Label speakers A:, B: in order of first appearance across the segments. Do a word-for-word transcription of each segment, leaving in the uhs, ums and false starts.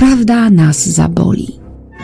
A: Prawda nas zaboli.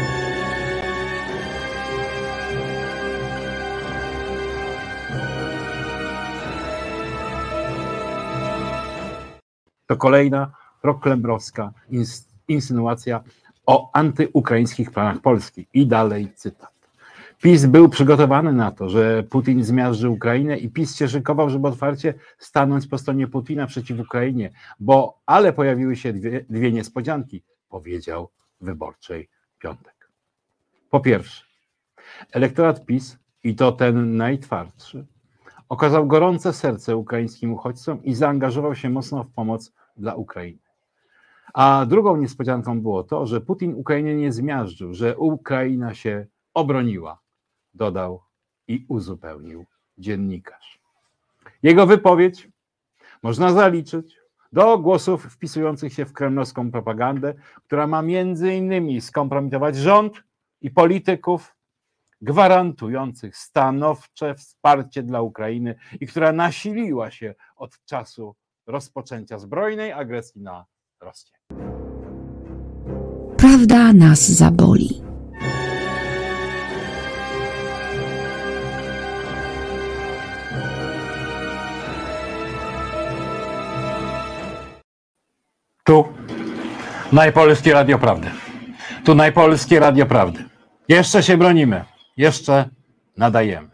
B: To kolejna proklembrowska insynuacja o antyukraińskich planach Polski. I dalej cytat. PiS był przygotowany na to, że Putin zmiażdży Ukrainę i PiS się szykował, żeby otwarcie stanąć po stronie Putina przeciw Ukrainie, bo ale pojawiły się dwie, dwie niespodzianki, powiedział w Wyborczej Piątek. Po pierwsze, elektorat PiS, i to ten najtwardszy, okazał gorące serce ukraińskim uchodźcom i zaangażował się mocno w pomoc dla Ukrainy. A drugą niespodzianką było to, że Putin Ukrainie nie zmiażdżył, że Ukraina się obroniła, dodał i uzupełnił dziennikarz. Jego wypowiedź można zaliczyć do głosów wpisujących się w kremlowską propagandę, która ma między innymi skompromitować rząd i polityków gwarantujących stanowcze wsparcie dla Ukrainy i która nasiliła się od czasu rozpoczęcia zbrojnej agresji na Rosję.
A: Prawda nas zaboli.
B: Tu Najpolskie Radio Prawdy. Tu Najpolskie Radio Prawdy. Jeszcze się bronimy. Jeszcze nadajemy.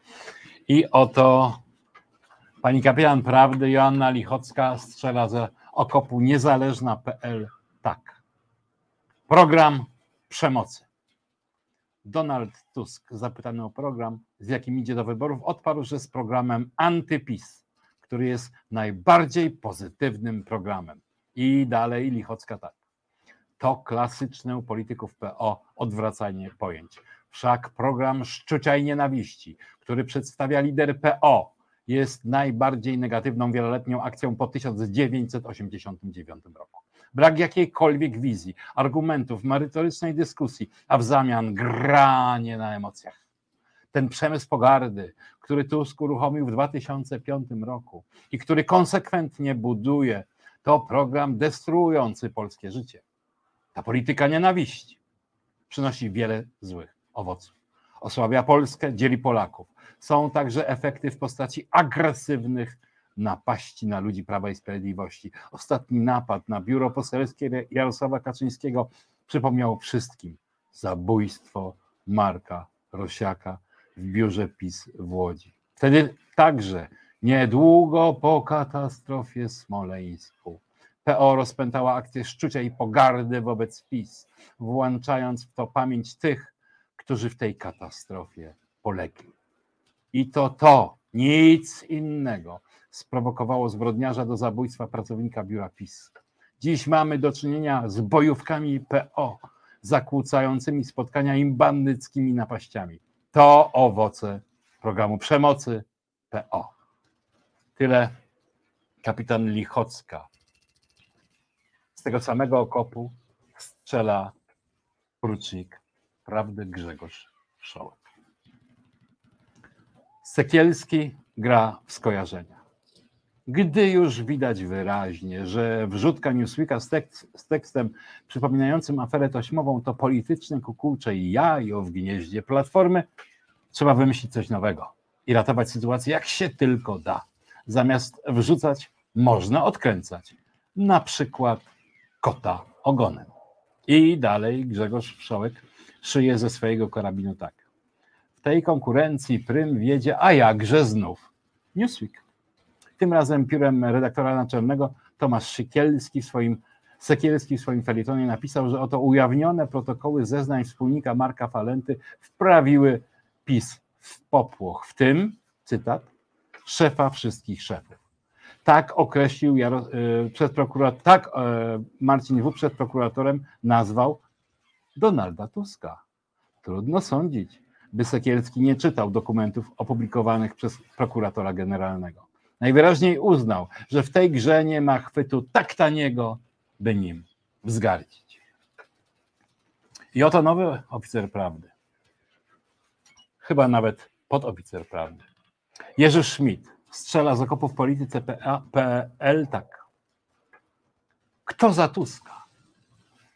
B: I oto pani kapitan Prawdy Joanna Lichocka strzela ze okopu niezależna kropka pe el tak. Program przemocy. Donald Tusk, zapytany o program, z jakim idzie do wyborów, odparł, że z programem antyPiS, który jest najbardziej pozytywnym programem. I dalej Lichocka tak. To klasyczne u polityków P O odwracanie pojęć. Wszak program szczucia i nienawiści, który przedstawia lider P O, jest najbardziej negatywną wieloletnią akcją po tysiąc dziewięćset osiemdziesiątym dziewiątym roku. Brak jakiejkolwiek wizji, argumentów, merytorycznej dyskusji, a w zamian granie na emocjach. Ten przemysł pogardy, który Tusk uruchomił w dwa tysiące piątym roku i który konsekwentnie buduje, to program destruujący polskie życie. Ta polityka nienawiści przynosi wiele złych owoców. Osłabia Polskę, dzieli Polaków. Są także efekty w postaci agresywnych napaści na ludzi Prawa i Sprawiedliwości. Ostatni napad na biuro poselskie Jarosława Kaczyńskiego przypomniał wszystkim zabójstwo Marka Rosiaka w biurze PiS w Łodzi. Wtedy także niedługo po katastrofie smoleńsku P O rozpętała akcję szczucia i pogardy wobec PiS, włączając w to pamięć tych, którzy w tej katastrofie polegli. I to to, nic innego, sprowokowało zbrodniarza do zabójstwa pracownika biura PiS. Dziś mamy do czynienia z bojówkami P O, zakłócającymi spotkania i bandyckimi napaściami. To owoce programu przemocy P O. Tyle kapitan Lichocka. Z tego samego okopu strzela porucznik Prawdy Grzegorz Wszołek. Sekielski gra w skojarzenia. Gdy już widać wyraźnie, że wrzutka Newsweeka z, tekst, z tekstem przypominającym aferę taśmową to polityczne kukułcze jajo w gnieździe Platformy, trzeba wymyślić coś nowego i ratować sytuację jak się tylko da. Zamiast wrzucać, można odkręcać. Na przykład kota ogonem. I dalej Grzegorz Wszołek szyje ze swojego karabinu tak. W tej konkurencji prym wiedzie, a jakże znów Newsweek. Tym razem piórem redaktora naczelnego Tomasz Sekielski w swoim, Sekielski w swoim felietonie napisał, że oto ujawnione protokoły zeznań wspólnika Marka Falenty wprawiły PiS w popłoch, w tym, cytat, szefa wszystkich szefów. Tak określił Jaro, y, przed prokuratorem, tak y, Marcin W. przed prokuratorem nazwał Donalda Tuska. Trudno sądzić, by Sekielski nie czytał dokumentów opublikowanych przez prokuratora generalnego. Najwyraźniej uznał, że w tej grze nie ma chwytu tak taniego, by nim wzgardzić. I oto nowy oficer prawdy. Chyba nawet podoficer prawdy. Jerzy Schmidt strzela z okopu w polityce P L tak. Kto za Tuska?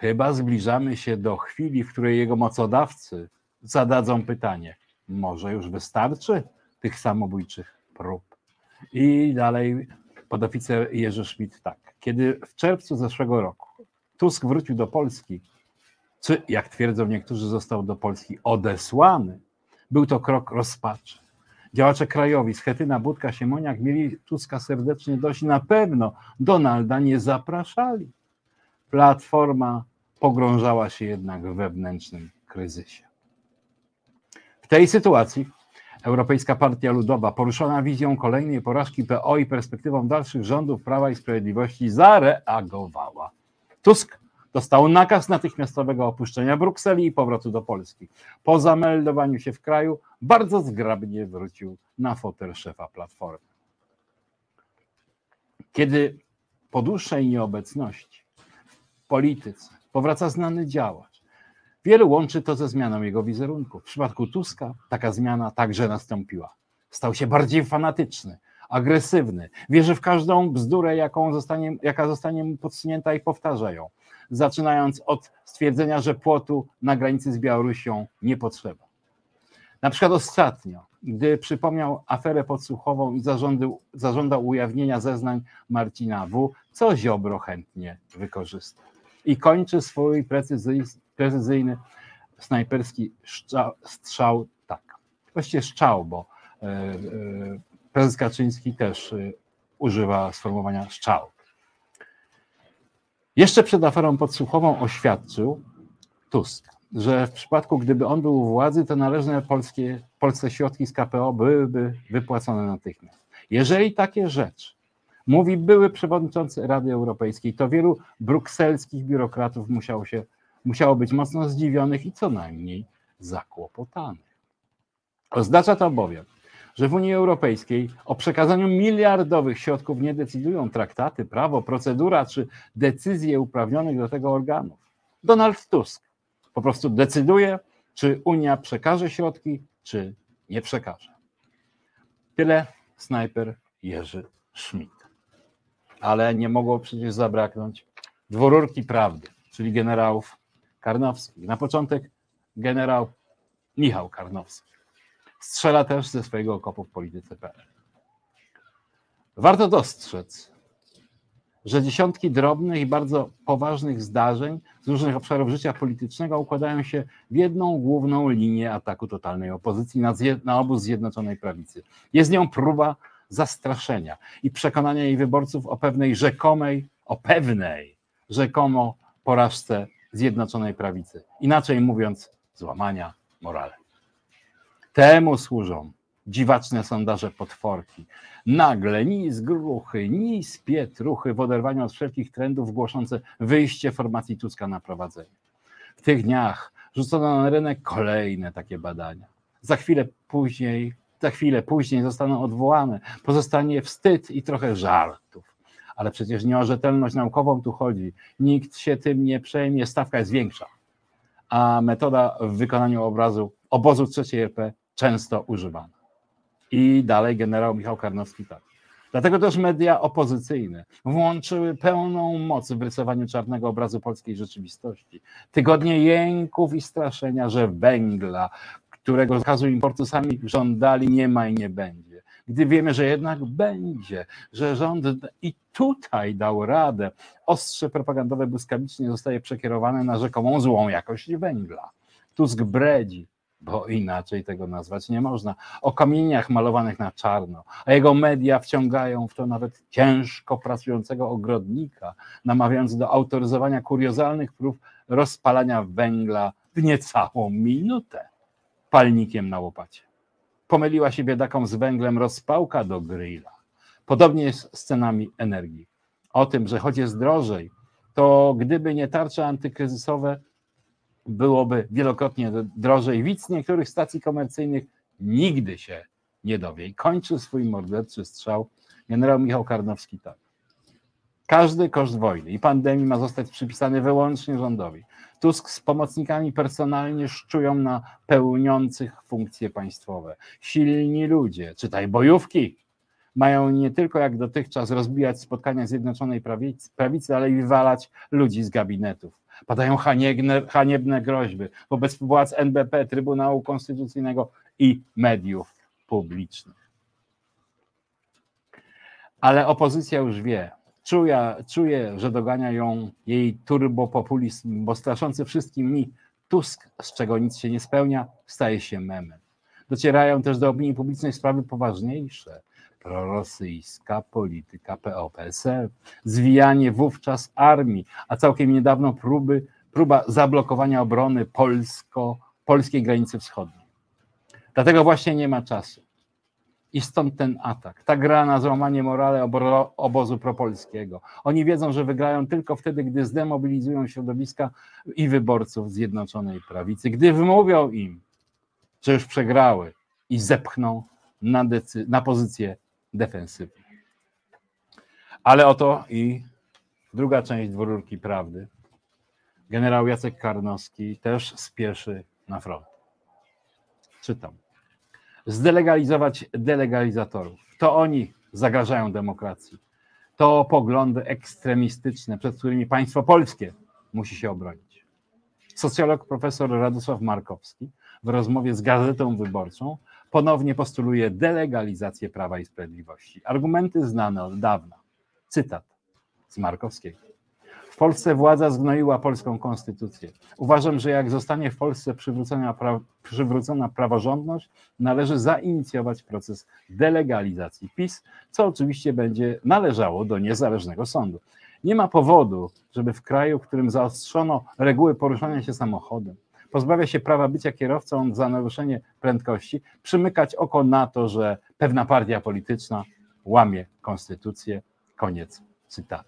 B: chyba zbliżamy się do chwili, w której jego mocodawcy zadadzą pytanie, może już wystarczy tych samobójczych prób. I dalej podoficer Jerzy Schmidt tak. Kiedy w czerwcu zeszłego roku Tusk wrócił do Polski, czy jak twierdzą niektórzy został do Polski odesłany, był to krok rozpaczy. Działacze krajowi, Schetyna, Budka, Siemoniak mieli Tuska serdecznie dość, na pewno Donalda nie zapraszali. Platforma pogrążała się jednak w wewnętrznym kryzysie. W tej sytuacji Europejska Partia Ludowa, poruszona wizją kolejnej porażki P O i perspektywą dalszych rządów Prawa i Sprawiedliwości, zareagowała. Tusk dostał nakaz natychmiastowego opuszczenia Brukseli i powrotu do Polski. Po zameldowaniu się w kraju bardzo zgrabnie wrócił na fotel szefa Platformy. Kiedy po dłuższej nieobecności w polityce powraca znany działacz, wielu łączy to ze zmianą jego wizerunku. W przypadku Tuska taka zmiana także nastąpiła. Stał się bardziej fanatyczny, agresywny, wierzy w każdą bzdurę, jaką zostanie, jaka zostanie mu podsunięta i powtarza ją. Zaczynając od stwierdzenia, że płotu na granicy z Białorusią nie potrzeba. Na przykład ostatnio, gdy przypomniał aferę podsłuchową i zażądał, zażądał ujawnienia zeznań Marcina W., co Ziobro chętnie wykorzystał. I kończy swój precyzyjny, precyzyjny snajperski strzał, strzał tak. Właściwie strzał, bo e, e, prezes Kaczyński też e, używa sformułowania strzał. Jeszcze przed aferą podsłuchową oświadczył Tusk, że w przypadku, gdyby on był u władzy, to należne polskie, Polsce środki z K P O byłyby wypłacone natychmiast. Jeżeli takie rzeczy mówi były przewodniczący Rady Europejskiej, to wielu brukselskich biurokratów musiało, się, musiało być mocno zdziwionych i co najmniej zakłopotanych. Oznacza to bowiem, że w Unii Europejskiej o przekazaniu miliardowych środków nie decydują traktaty, prawo, procedura czy decyzje uprawnionych do tego organów. Donald Tusk po prostu decyduje, czy Unia przekaże środki, czy nie przekaże. Tyle snajper Jerzy Schmidt. Ale nie mogło przecież zabraknąć dwururki prawdy, czyli generałów Karnowskich. Na początek generał Michał Karnowski. Strzela też ze swojego okopu w polityce kropka pe el. Warto dostrzec, że dziesiątki drobnych i bardzo poważnych zdarzeń z różnych obszarów życia politycznego układają się w jedną główną linię ataku totalnej opozycji na, na obóz Zjednoczonej Prawicy. Jest nią próba zastraszenia i przekonania jej wyborców o pewnej rzekomej, o pewnej rzekomo porażce Zjednoczonej Prawicy. Inaczej mówiąc, złamania morale. Temu służą dziwaczne sondaże potworki. Nagle ni z gruchy, ni z pietruchy w oderwaniu od wszelkich trendów głoszące wyjście formacji Tuska na prowadzenie. W tych dniach rzucono na rynek kolejne takie badania. Za chwilę później, za chwilę później zostaną odwołane. Pozostanie wstyd i trochę żartów. Ale przecież nie o rzetelność naukową tu chodzi. Nikt się tym nie przejmie, stawka jest większa. A metoda w wykonaniu obrazu obozu trzeciej er pe często używana. I dalej generał Michał Karnowski tak. Dlatego też media opozycyjne włączyły pełną moc w rysowaniu czarnego obrazu polskiej rzeczywistości. Tygodnie jęków i straszenia, że węgla, którego zakazu importu sami żądali, nie ma i nie będzie. Gdy wiemy, że jednak będzie, że rząd i tutaj dał radę, ostrze propagandowe błyskawicznie zostaje przekierowane na rzekomą złą jakość węgla. Tusk bredzi, bo inaczej tego nazwać nie można, o kamieniach malowanych na czarno, a jego media wciągają w to nawet ciężko pracującego ogrodnika, namawiając do autoryzowania kuriozalnych prób rozpalania węgla w niecałą minutę palnikiem na łopacie. Pomyliła się biedakom z węglem rozpałka do grilla. Podobnie jest z cenami energii. O tym, że choć jest drożej, to gdyby nie tarcze antykryzysowe, byłoby wielokrotnie drożej. Widz niektórych stacji komercyjnych nigdy się nie dowie. I kończy swój morderczy strzał generał Michał Karnowski tak. Każdy koszt wojny i pandemii ma zostać przypisany wyłącznie rządowi. Tusk z pomocnikami personalnie szczują na pełniących funkcje państwowe. Silni ludzie, czytaj bojówki, Mają nie tylko jak dotychczas rozbijać spotkania Zjednoczonej Prawicy, prawicy ale i wywalać ludzi z gabinetów. Padają haniebne, haniebne groźby wobec władz N B P, Trybunału Konstytucyjnego i mediów publicznych. Ale opozycja już wie, czuje, czuje, że dogania ją jej turbopopulizm, bo straszący wszystkimi Tusk, z czego nic się nie spełnia, staje się memem. Docierają też do opinii publicznej sprawy poważniejsze. Prorosyjska polityka P O P S L, zwijanie wówczas armii, a całkiem niedawno próby, próba zablokowania obrony polsko, polskiej granicy wschodniej. Dlatego właśnie nie ma czasu. I stąd ten atak, ta gra na złamanie morale obozu propolskiego. Oni wiedzą, że wygrają tylko wtedy, gdy zdemobilizują środowiska i wyborców Zjednoczonej Prawicy, gdy wymówią im, że już przegrały i zepchną na, decy- na pozycję defensywną. Ale oto i druga część dwururki prawdy. Generał Jacek Karnowski też spieszy na front. Czytam. Zdelegalizować delegalizatorów. To oni zagrażają demokracji. To poglądy ekstremistyczne, przed którymi państwo polskie musi się obronić. Socjolog profesor Radosław Markowski w rozmowie z Gazetą Wyborczą ponownie postuluje delegalizację Prawa i Sprawiedliwości. Argumenty znane od dawna. Cytat z Markowskiego. W Polsce władza zgnoiła polską konstytucję. Uważam, że jak zostanie w Polsce przywrócona, pra- przywrócona praworządność, należy zainicjować proces delegalizacji PiS, co oczywiście będzie należało do niezależnego sądu. Nie ma powodu, żeby w kraju, w którym zaostrzono reguły poruszania się samochodem, pozbawia się prawa bycia kierowcą za naruszenie prędkości, przymykać oko na to, że pewna partia polityczna łamie konstytucję. Koniec cytatu.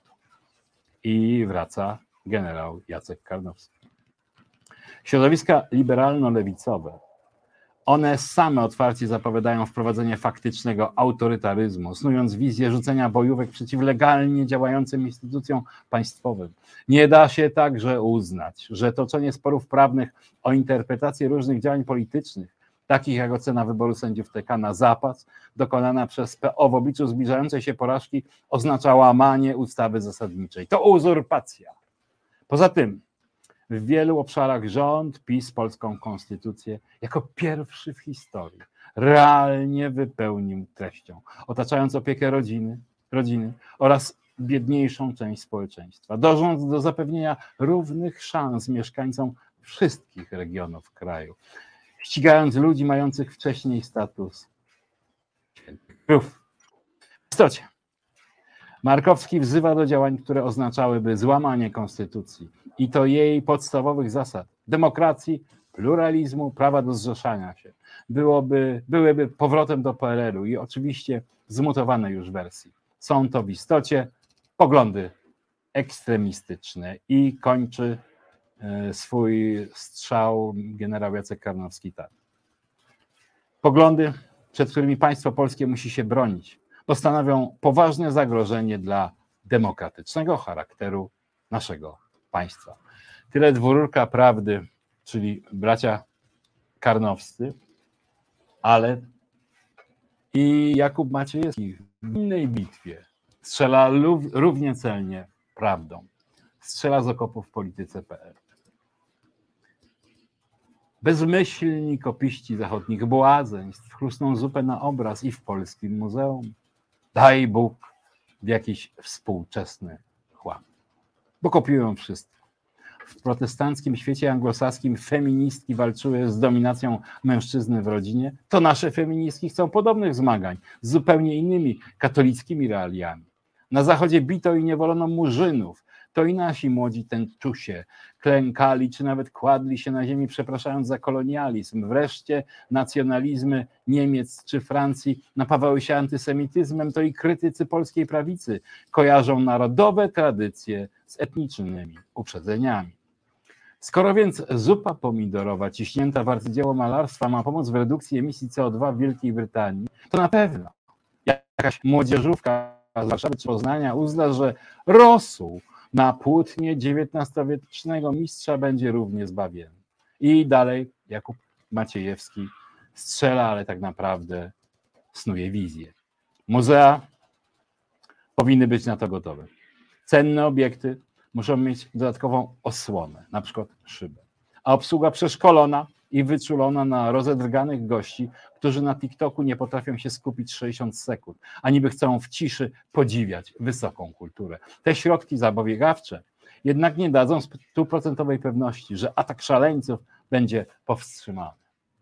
B: I wraca generał Jacek Karnowski. Środowiska liberalno-lewicowe, one same otwarcie zapowiadają wprowadzenie faktycznego autorytaryzmu, snując wizję rzucenia bojówek przeciw legalnie działającym instytucjom państwowym. Nie da się także uznać, że toczenie sporów prawnych o interpretację różnych działań politycznych, takich jak ocena wyboru sędziów T K na zapas, dokonana przez P O w obliczu zbliżającej się porażki, oznacza łamanie ustawy zasadniczej. To uzurpacja. Poza tym w wielu obszarach rząd PiS polską konstytucję jako pierwszy w historii realnie wypełnił treścią, otaczając opiekę rodziny, rodziny oraz biedniejszą część społeczeństwa, dążąc do zapewnienia równych szans mieszkańcom wszystkich regionów kraju, ścigając ludzi mających wcześniej status świętych krów. W istocie Markowski wzywa do działań, które oznaczałyby złamanie konstytucji i to jej podstawowych zasad demokracji, pluralizmu, prawa do zrzeszania się. Byłoby, byłyby powrotem do P R L u i oczywiście w zmutowanej już wersji. Są to w istocie poglądy ekstremistyczne i kończy swój strzał generał Jacek Karnowski tak. Poglądy, przed którymi państwo polskie musi się bronić, bo stanowią poważne zagrożenie dla demokratycznego charakteru naszego państwa. Tyle dwururka prawdy, czyli bracia Karnowscy, ale i Jakub Maciejewski w innej bitwie strzela równie celnie prawdą. Strzela z okopów w polityce P R. Bezmyślni kopiści zachodnich błazeństw chrusną zupę na obraz i w polskim muzeum. Daj Bóg w jakiś współczesny chłam. Bo kopiują wszystko. W protestanckim świecie anglosaskim feministki walczyły z dominacją mężczyzny w rodzinie, to nasze feministki chcą podobnych zmagań z zupełnie innymi katolickimi realiami. Na zachodzie bito i niewolono murzynów, to i nasi młodzi tęczusie klękali, czy nawet kładli się na ziemi, przepraszając za kolonializm. Wreszcie nacjonalizmy Niemiec czy Francji napawały się antysemityzmem, to i krytycy polskiej prawicy kojarzą narodowe tradycje z etnicznymi uprzedzeniami. Skoro więc zupa pomidorowa ciśnięta w arcydzieło malarstwa ma pomóc w redukcji emisji C O dwa w Wielkiej Brytanii, to na pewno jakaś młodzieżówka z Warszawy czy Poznania uzna, że rosół na płótnie dziewiętnastowiecznego mistrza będzie równie zbawienny. I dalej Jakub Maciejewski strzela, ale tak naprawdę snuje wizję. Muzea powinny być na to gotowe. Cenne obiekty muszą mieć dodatkową osłonę, na przykład szybę. A obsługa przeszkolona i wyczulona na rozedrganych gości, którzy na TikToku nie potrafią się skupić sześćdziesiąt sekund, a niby chcą w ciszy podziwiać wysoką kulturę. Te środki zapobiegawcze jednak nie dadzą stuprocentowej pewności, że atak szaleńców będzie powstrzymany.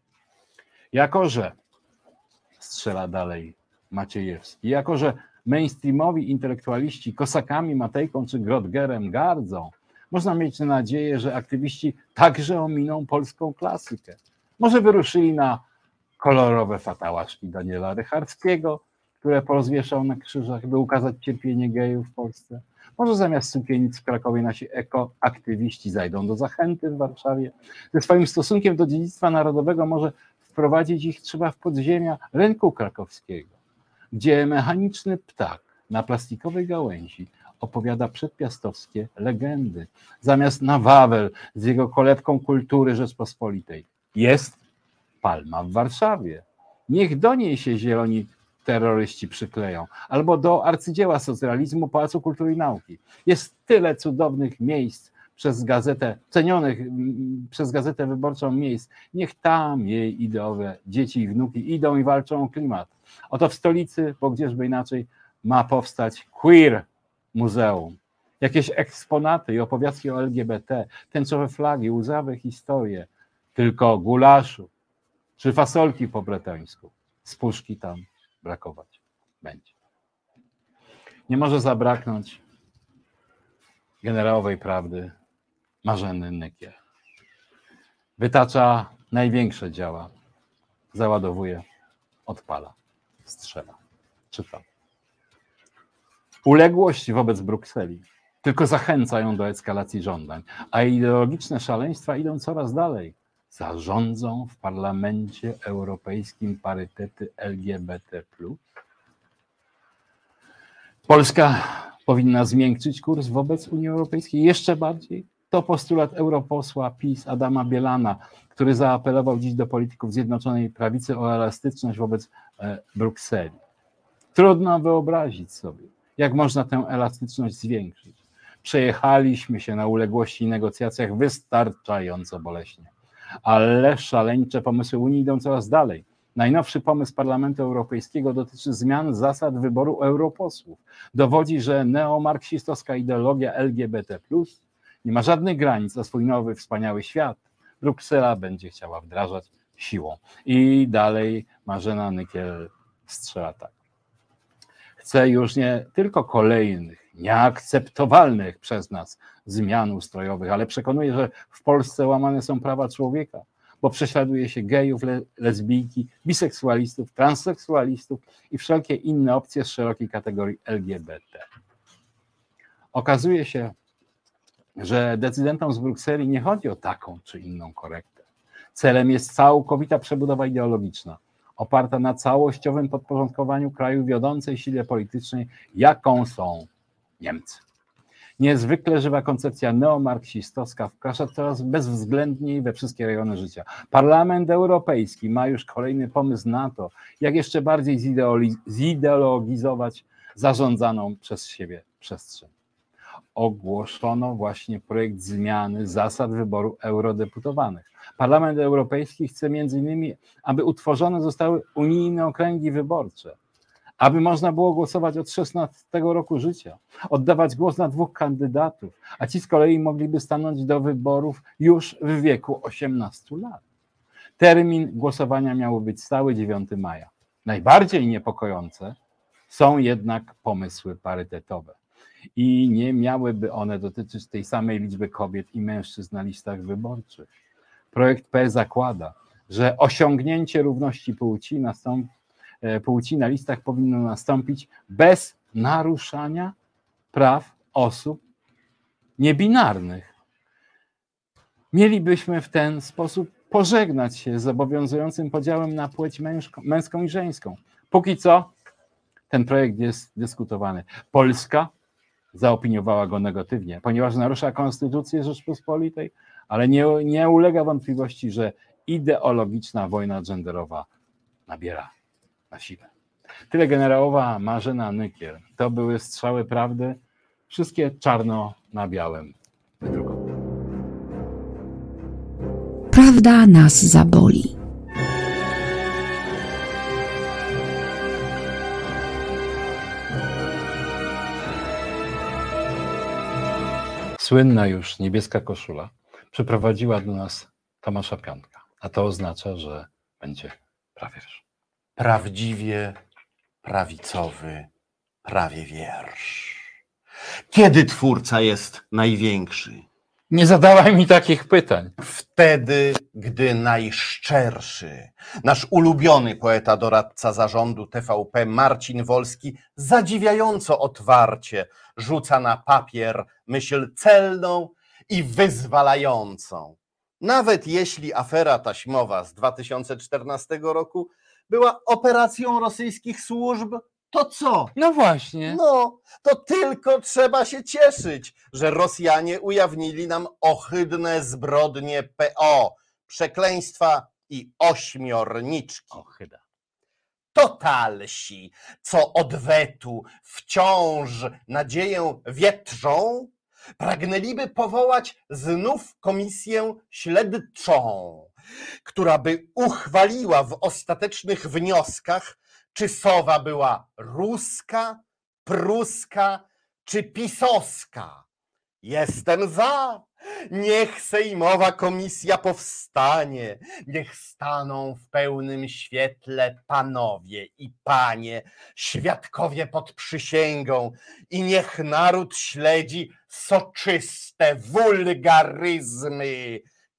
B: Jako że, strzela dalej Maciejewski, jako że mainstreamowi intelektualiści Kosakami, Matejką czy Grotgerem gardzą, można mieć nadzieję, że aktywiści także ominą polską klasykę. Może wyruszyli na kolorowe fatałaszki Daniela Rycharskiego, które porozwieszał na krzyżach, by ukazać cierpienie gejów w Polsce. Może zamiast sukienic w Krakowie nasi ekoaktywiści zajdą do Zachęty w Warszawie. Ze swoim stosunkiem do dziedzictwa narodowego może wprowadzić ich trzeba w podziemia rynku krakowskiego, gdzie mechaniczny ptak na plastikowej gałęzi opowiada przedpiastowskie legendy, zamiast na Wawel z jego kolebką kultury Rzeczpospolitej. Jest Palma w Warszawie. Niech do niej się zieloni terroryści przykleją, albo do arcydzieła socrealizmu Pałacu Kultury i Nauki. Jest tyle cudownych miejsc przez gazetę, cenionych przez Gazetę Wyborczą miejsc. Niech tam jej ideowe dzieci i wnuki idą i walczą o klimat. Oto w stolicy, bo gdzieżby inaczej, ma powstać queer muzeum. Jakieś eksponaty i opowiastki o L G B T, tęczowe flagi, łzawe historie, tylko gulaszu czy fasolki po bretońsku. Z puszki tam brakować będzie. Nie może zabraknąć generałowej prawdy Marzeny Nykiel. Wytacza największe działa, załadowuje, odpala, strzela. Czytam. Uległość wobec Brukseli tylko zachęca ją do eskalacji żądań, a ideologiczne szaleństwa idą coraz dalej. Zarządzą w Parlamencie Europejskim parytety L G B T plus. Polska powinna zmiękczyć kurs wobec Unii Europejskiej jeszcze bardziej. To postulat europosła PiS Adama Bielana, który zaapelował dziś do polityków Zjednoczonej Prawicy o elastyczność wobec e, Brukseli. Trudno wyobrazić sobie, jak można tę elastyczność zwiększyć. Przejechaliśmy się na uległości i negocjacjach wystarczająco boleśnie. Ale szaleńcze pomysły Unii idą coraz dalej. Najnowszy pomysł Parlamentu Europejskiego dotyczy zmian zasad wyboru europosłów. Dowodzi, że neomarksistowska ideologia L G B T plus nie ma żadnych granic, a swój nowy, wspaniały świat Bruksela będzie chciała wdrażać siłą. I dalej Marzena Nykiel strzela tak. Chce już nie tylko kolejnych, nieakceptowalnych przez nas zmian ustrojowych, ale przekonuje, że w Polsce łamane są prawa człowieka, bo prześladuje się gejów, le lesbijki, biseksualistów, transseksualistów i wszelkie inne opcje z szerokiej kategorii L G B T. Okazuje się, że decydentom z Brukseli nie chodzi o taką czy inną korektę. Celem jest całkowita przebudowa ideologiczna, oparta na całościowym podporządkowaniu kraju wiodącej sile politycznej, jaką są Niemcy. Niezwykle żywa koncepcja neomarksistowska wkracza coraz bezwzględniej we wszystkie rejony życia. Parlament Europejski ma już kolejny pomysł na to, jak jeszcze bardziej zideologizować zarządzaną przez siebie przestrzeń. Ogłoszono właśnie projekt zmiany zasad wyboru eurodeputowanych. Parlament Europejski chce między innymi, aby utworzone zostały unijne okręgi wyborcze, aby można było głosować od szesnastego roku życia, oddawać głos na dwóch kandydatów, a ci z kolei mogliby stanąć do wyborów już w wieku osiemnastu lat. Termin głosowania miał być stały dziewiątego maja. Najbardziej niepokojące są jednak pomysły parytetowe i nie miałyby one dotyczyć tej samej liczby kobiet i mężczyzn na listach wyborczych. Projekt P zakłada, że osiągnięcie równości płci nastąpi płci na listach powinno nastąpić bez naruszania praw osób niebinarnych. Mielibyśmy w ten sposób pożegnać się z obowiązującym podziałem na płeć mężką, męską i żeńską. Póki co ten projekt jest dyskutowany. Polska zaopiniowała go negatywnie, ponieważ narusza Konstytucję Rzeczpospolitej, ale nie, nie ulega wątpliwości, że ideologiczna wojna genderowa nabiera na sile. Tyle generałowa Marzena Nykiel. To były strzały prawdy, wszystkie czarno na białym. Wydrukowane.
A: Prawda nas zaboli.
B: Słynna już niebieska koszula przyprowadziła do nas Tomasza Piątka, a to oznacza, że będzie prawierz.
C: Prawdziwie prawicowy prawie wiersz. Kiedy twórca jest największy?
B: Nie zadawaj mi takich pytań.
C: Wtedy, gdy najszczerszy. Nasz ulubiony poeta, doradca zarządu T V P Marcin Wolski zadziwiająco otwarcie rzuca na papier myśl celną i wyzwalającą. Nawet jeśli afera taśmowa z dwa tysiące czternastego roku była operacją rosyjskich służb, to co?
B: No właśnie.
C: No, to tylko trzeba się cieszyć, że Rosjanie ujawnili nam ohydne zbrodnie P O, przekleństwa i ośmiorniczki.
B: Ohyda.
C: Totalsi, co odwetu wciąż nadzieję wietrzą, pragnęliby powołać znów komisję śledczą, która by uchwaliła w ostatecznych wnioskach, czy sowa była ruska, pruska czy pisowska. Jestem za. Niech sejmowa komisja powstanie. Niech staną w pełnym świetle panowie i panie, świadkowie pod przysięgą i niech naród śledzi soczyste wulgaryzmy,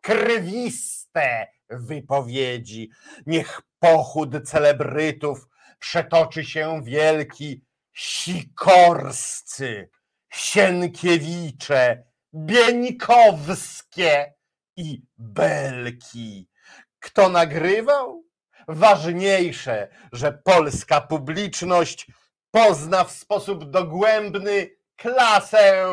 C: krwiste wypowiedzi. Niech pochód celebrytów przetoczy się wielki Sikorscy, Sienkiewicze, Bieńkowskie i Belki. Kto nagrywał? Ważniejsze, że polska publiczność pozna w sposób dogłębny klasę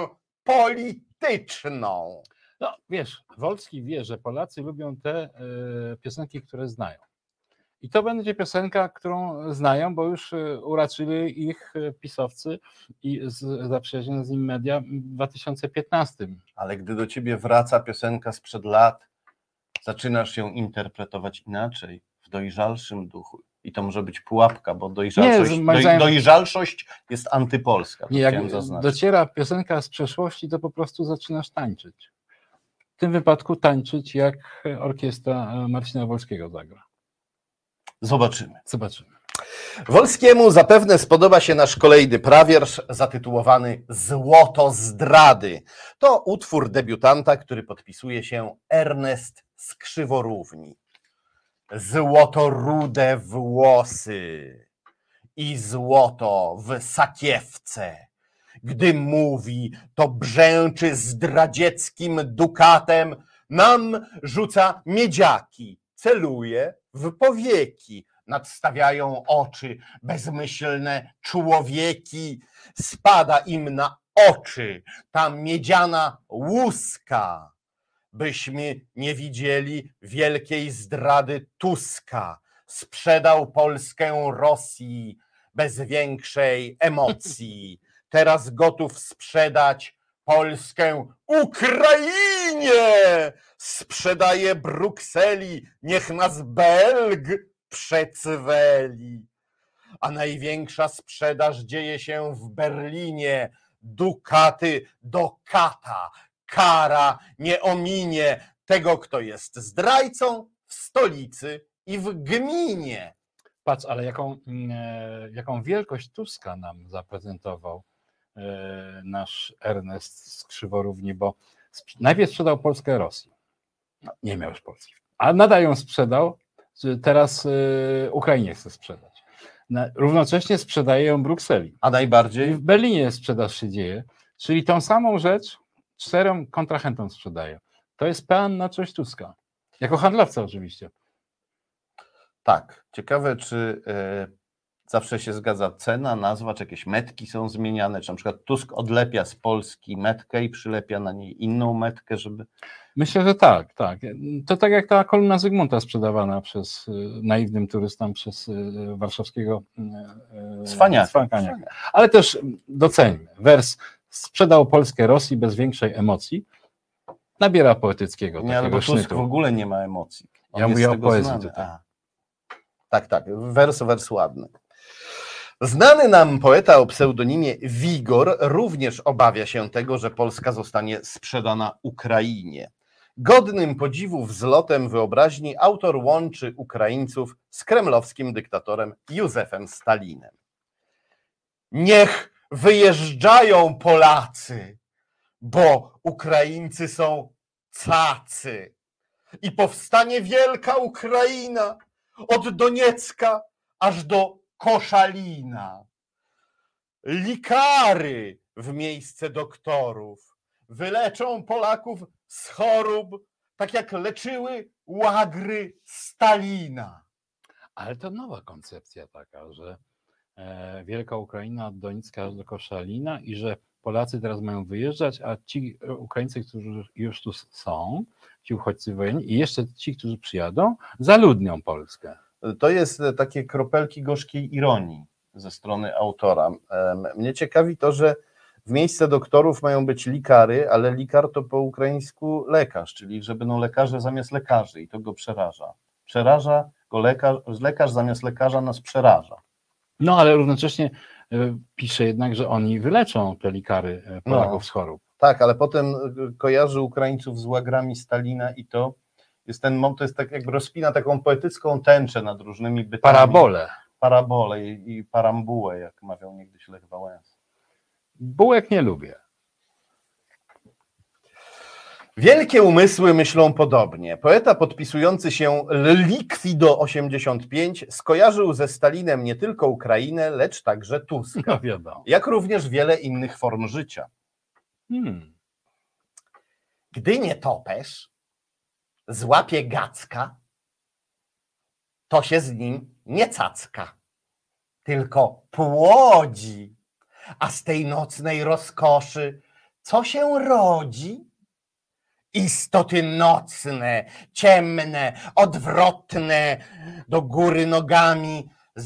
C: polityczną.
B: No wiesz, Wolski wie, że Polacy lubią te y, piosenki, które znają. I to będzie piosenka, którą znają, bo już uraczyli ich pisowcy i z, zaprzyjaźnione z nim media w dwa tysiące piętnastym.
C: Ale gdy do ciebie wraca piosenka sprzed lat, zaczynasz ją interpretować inaczej, w dojrzalszym duchu. I to może być pułapka, bo dojrzalszość,
B: Nie,
C: doj,
B: zdaniem...
C: dojrzalszość jest antypolska.
B: Nie, jak dociera piosenka z przeszłości, to po prostu zaczynasz tańczyć. W tym wypadku tańczyć, jak orkiestra Marcina Wolskiego zagra.
C: Zobaczymy.
B: Zobaczymy.
C: Wolskiemu zapewne spodoba się nasz kolejny prawiersz zatytułowany Złoto zdrady. To utwór debiutanta, który podpisuje się Ernest z Krzyworówni. Złotorude włosy i złoto w sakiewce. Gdy mówi, to brzęczy zdradzieckim dukatem, nam rzuca miedziaki, celuje w powieki. Nadstawiają oczy bezmyślne człowieki, spada im na oczy ta miedziana łuska, byśmy nie widzieli wielkiej zdrady Tuska. Sprzedał Polskę Rosji bez większej emocji. Teraz gotów sprzedać Polskę Ukrainie. Sprzedaje Brukseli, niech nas Belg przecweli. A największa sprzedaż dzieje się w Berlinie. Dukaty do kata. Kara nie ominie tego, kto jest zdrajcą w stolicy i w gminie.
B: Patrz, ale jaką, jaką wielkość Tuska nam zaprezentował nasz Ernest z Krzyworówni, bo najpierw sprzedał Polskę Rosji. No, nie miał już Polski. A nadal ją sprzedał, teraz Ukrainie chce sprzedać. Równocześnie sprzedaje ją Brukseli.
C: A najbardziej?
B: I w Berlinie sprzedaż się dzieje, czyli tą samą rzecz czterem kontrahentom sprzedaje. To jest plan na coś Tuska. Jako handlowca oczywiście.
C: Tak. Ciekawe, czy e, Zawsze się zgadza cena, nazwa, czy jakieś metki są zmieniane, czy na przykład Tusk odlepia z Polski metkę i przylepia na niej inną metkę, żeby...
B: Myślę, że tak, tak. To tak jak ta kolumna Zygmunta sprzedawana przez y, naiwnym turystom przez y, warszawskiego y,
C: Cwaniaka.
B: Cwaniaka. Ale też doceńmy. Wers sprzedał Polskę Rosji bez większej emocji. Nabiera poetyckiego
C: Nie, ale
B: takiego
C: bo Tusk
B: sznytu.
C: w ogóle nie ma emocji. On
B: Ja
C: jest
B: mówię
C: z
B: o
C: tego
B: poezji
C: znany.
B: tutaj.
C: A. Tak, tak, wers, wers ładny. Znany nam poeta o pseudonimie Wigor również obawia się tego, że Polska zostanie sprzedana Ukrainie. Godnym podziwu wzlotem wyobraźni autor łączy Ukraińców z kremlowskim dyktatorem Józefem Stalinem. Niech wyjeżdżają Polacy, bo Ukraińcy są cacy i powstanie wielka Ukraina od Doniecka aż do Koszalina. Likary w miejsce doktorów wyleczą Polaków z chorób, tak jak leczyły łagry Stalina.
B: Ale to nowa koncepcja taka, że e, wielka Ukraina od Donicka aż do Koszalina i że Polacy teraz mają wyjeżdżać, a ci Ukraińcy, którzy już tu są, ci uchodźcy wojenni i jeszcze ci, którzy przyjadą, zaludnią Polskę.
C: To jest takie kropelki gorzkiej ironii ze strony autora. Mnie ciekawi to, że w miejsce doktorów mają być likary, ale likar to po ukraińsku lekarz, czyli że będą lekarze zamiast lekarzy i to go przeraża. Przeraża go lekarz, lekarz zamiast lekarza nas przeraża.
B: No ale równocześnie y, pisze jednak, że oni wyleczą te likary y, Polaków
C: No.
B: z chorób.
C: Tak, ale potem kojarzy Ukraińców z łagrami Stalina i to jest ten, to jest tak jakby rozpina taką poetycką tęczę nad różnymi bytami.
B: Parabole.
C: Parabole i, i parambułę, jak mawiał niegdyś Lech Wałęsa.
B: Bułek nie lubię.
C: Wielkie umysły myślą podobnie. Poeta podpisujący się Likwido osiemdziesiąt pięć skojarzył ze Stalinem nie tylko Ukrainę, lecz także Tuska,
B: No wiadomo.
C: jak również wiele innych form życia.
B: Hmm.
C: Gdy nietoperz złapie gacka, to się z nim nie cacka, tylko płodzi. A z tej nocnej rozkoszy co się rodzi? Istoty nocne, ciemne, odwrotne, do góry nogami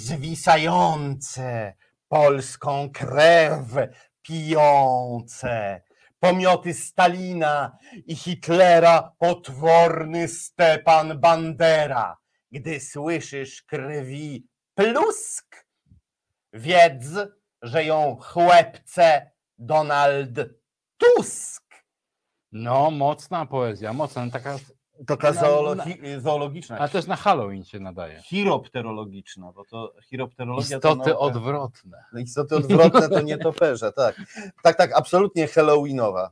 C: zwisające, polską krew pijące. Pomioty Stalina i Hitlera, potworny Stepan Bandera. Gdy słyszysz krwi plusk, wiedz, że ją chłepce Donald Tusk.
B: No, mocna poezja, mocna, taka,
C: Taka
B: Na-
C: zoologi- zoologiczna,
B: a też na Halloween się nadaje.
C: chiropterologiczna, bo to chiropterologia to
B: Istoty
C: nauka-
B: odwrotne.
C: No istoty odwrotne to nie toperze, tak. Tak, tak, absolutnie halloweenowa.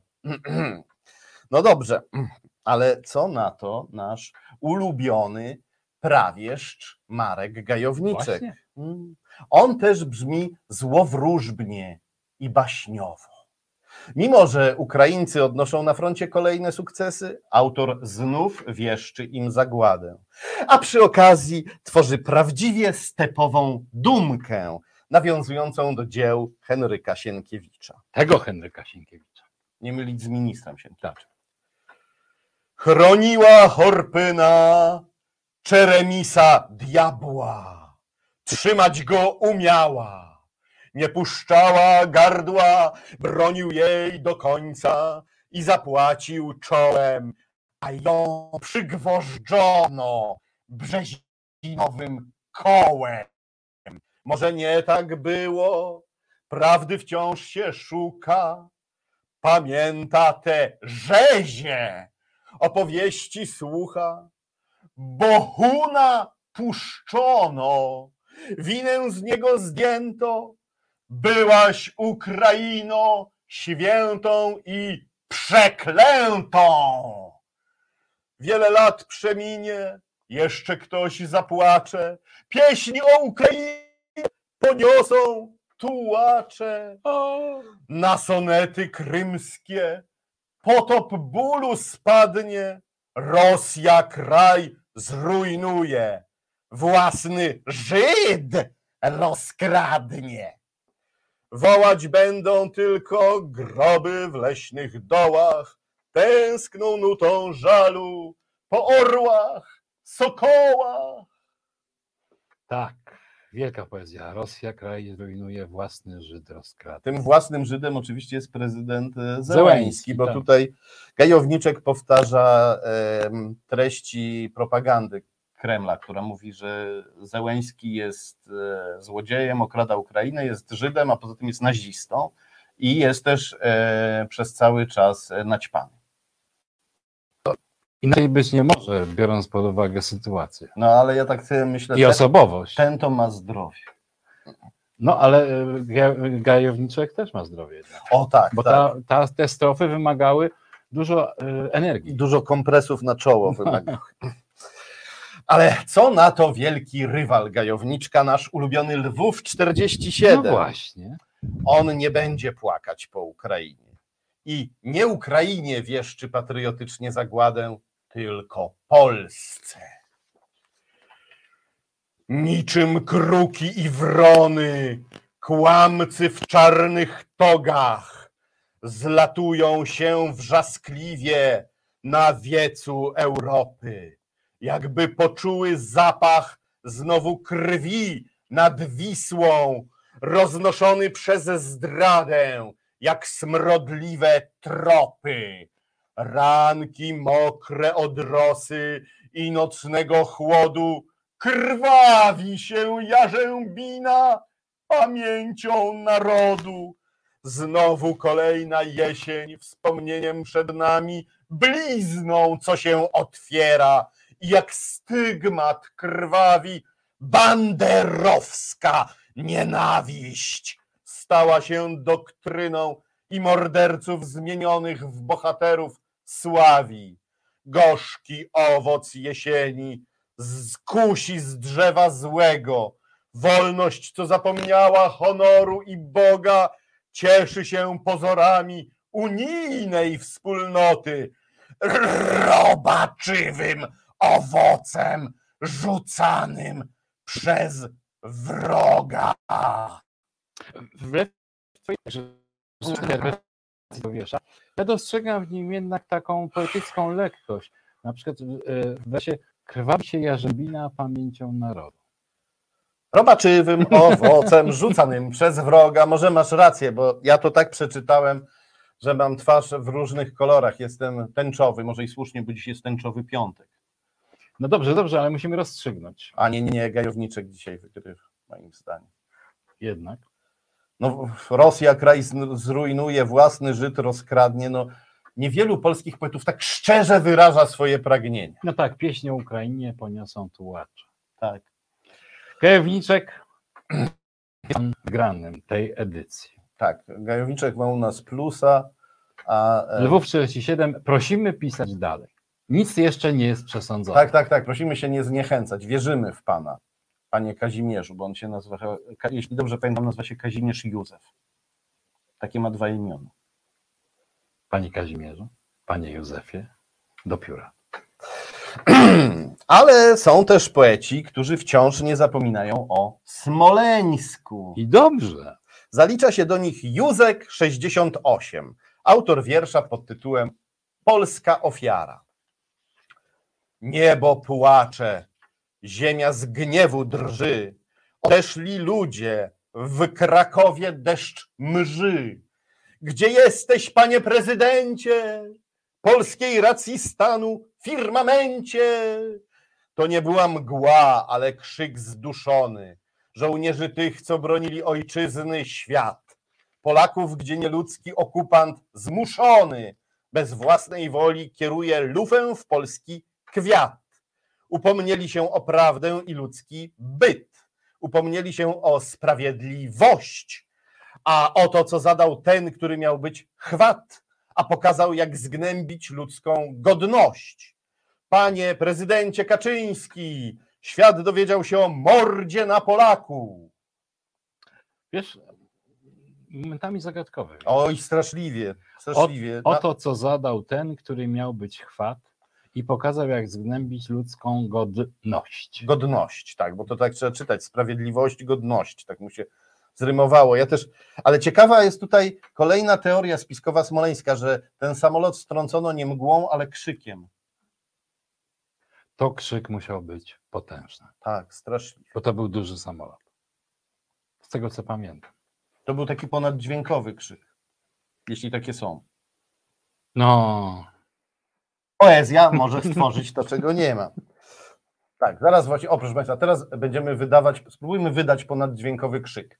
C: No dobrze, ale co na to nasz ulubiony prawieszcz Marek Gajowniczek?
B: Właśnie.
C: Mm. On też brzmi złowróżbnie i baśniowo. Mimo że Ukraińcy odnoszą na froncie kolejne sukcesy, autor znów wieszczy im zagładę. A przy okazji tworzy prawdziwie stepową dumkę, nawiązującą do dzieł Henryka Sienkiewicza.
B: Tego Henryka Sienkiewicza.
C: Nie mylić z ministrem Sienkiewicza.
B: Tak.
C: Chroniła Horpyna Czeremisa diabła, trzymać go umiała. Nie puszczała gardła, bronił jej do końca i zapłacił czołem, a ją przygwożdżono brzezinowym kołem. Może nie tak było, prawdy wciąż się szuka, pamięta te rzezie, opowieści słucha, Bohuna puszczono, winę z niego zdjęto, byłaś Ukraino świętą i przeklętą. Wiele lat przeminie, jeszcze ktoś zapłacze, pieśni o Ukrainie poniosą tułacze. Na sonety krymskie potop bólu spadnie, Rosja kraj zrujnuje, własny Żyd rozkradnie. Wołać będą tylko groby w leśnych dołach, tęskną nutą żalu po orłach, sokołach.
B: Tak, wielka poezja. Rosja kraj zrujnuje, własny Żyd rozkradnie.
C: Tym własnym Żydem oczywiście jest prezydent Zełenski,
B: Zełenski,
C: bo
B: tak.
C: tutaj Gajowniczek powtarza em, treści propagandy Kremla, która mówi, że Zełenski jest e, złodziejem, okrada Ukrainę, jest Żydem, a poza tym jest nazistą i jest też e, przez cały czas naćpany.
B: Inaczej być nie może, biorąc pod uwagę sytuację.
C: No ale ja tak sobie myślę,
B: I
C: ten,
B: osobowość.
C: ten to ma zdrowie.
B: No ale e, Ga- Gajowniczek też ma zdrowie jednak.
C: O tak,
B: Bo
C: tak.
B: ta, ta, te strofy wymagały dużo e,
C: I
B: energii.
C: dużo kompresów na czoło wymagały. Ale co na to wielki rywal Gajowniczka, nasz ulubiony Lwów czterdzieści siedem?
B: No właśnie.
C: On nie będzie płakać po Ukrainie. I nie Ukrainie wieszczy patriotycznie zagładę, tylko Polsce. Niczym kruki i wrony, kłamcy w czarnych togach, zlatują się wrzaskliwie na wiecu Europy, jakby poczuły zapach znowu krwi nad Wisłą, roznoszony przez zdradę, jak smrodliwe tropy. Ranki mokre od rosy i nocnego chłodu, krwawi się jarzębina pamięcią narodu. Znowu kolejna jesień wspomnieniem przed nami, blizną, co się otwiera i jak stygmat krwawi banderowska nienawiść. Stała się doktryną i morderców zmienionych w bohaterów sławi. Gorzki owoc jesieni skusi z drzewa złego. Wolność, co zapomniała honoru i Boga, cieszy się pozorami unijnej wspólnoty. Robaczywym owocem rzucanym przez wroga.
B: Wbrew twojej, że ja dostrzegam w nim jednak taką poetycką lekkość. Na przykład w wersie krwawi się jarzębina pamięcią narodu.
C: Robaczywym owocem rzucanym przez wroga. Może masz rację, bo ja to tak przeczytałem, że mam twarz w różnych kolorach. Jestem tęczowy, może i słusznie, bo dziś jest tęczowy piątek.
B: No dobrze, dobrze, ale musimy rozstrzygnąć.
C: A nie, nie, Gajowniczek dzisiaj wygrywa, moim zdaniem.
B: Jednak.
C: No, Rosja kraj zrujnuje, własny Żyd rozkradnie. No, niewielu polskich poetów tak szczerze wyraża swoje pragnienia.
B: No tak, pieśń o Ukrainie poniosą tułacze.
C: Tak.
B: Gajowniczek jest granym tej edycji.
C: Tak, Gajowniczek ma u nas plusa, a...
B: Lwów czterdzieści siedem, prosimy pisać dalej. Nic jeszcze nie jest przesądzone.
C: Tak, tak, tak, prosimy się nie zniechęcać, wierzymy w Pana, Panie Kazimierzu, bo on się nazywa, jeśli dobrze pamiętam, nazywa się Kazimierz Józef. Takie ma dwa imiona.
B: Panie Kazimierzu, Panie Józefie, do pióra.
C: Ale są też poeci, którzy wciąż nie zapominają o Smoleńsku.
B: I dobrze.
C: Zalicza się do nich Józek sześćdziesiąt osiem, autor wiersza pod tytułem Polska ofiara. Niebo płacze, ziemia z gniewu drży, odeszli ludzie, w Krakowie deszcz mży. Gdzie jesteś, panie prezydencie, polskiej racji stanu, firmamencie? To nie była mgła, ale krzyk zduszony żołnierzy tych, co bronili ojczyzny, świat. Polaków, gdzie nieludzki okupant zmuszony bez własnej woli kieruje lufę w polski kwiat. Upomnieli się o prawdę i ludzki byt. Upomnieli się o sprawiedliwość. A o to, co zadał ten, który miał być chwat, a pokazał, jak zgnębić ludzką godność. Panie prezydencie Kaczyński, świat dowiedział się o mordzie na Polaku.
B: Wiesz, momentami zagadkowy.
C: Oj, straszliwie, straszliwie.
B: O, o to, co zadał ten, który miał być chwat i pokazał, jak zgnębić ludzką godność.
C: Godność, tak, bo to tak trzeba czytać. Sprawiedliwość, godność, tak mu się zrymowało. Ja też, ale ciekawa jest tutaj kolejna teoria spiskowa smoleńska, że ten samolot strącono nie mgłą, ale krzykiem.
B: To krzyk musiał być potężny,
C: Tak, strasznie.
B: bo to był duży samolot. Z tego, co pamiętam.
C: To był taki ponaddźwiękowy krzyk, jeśli takie są.
B: No,
C: Poezja może stworzyć to, czego nie ma. Tak, zaraz właśnie, o proszę Państwa, teraz będziemy wydawać, spróbujmy wydać ponaddźwiękowy krzyk.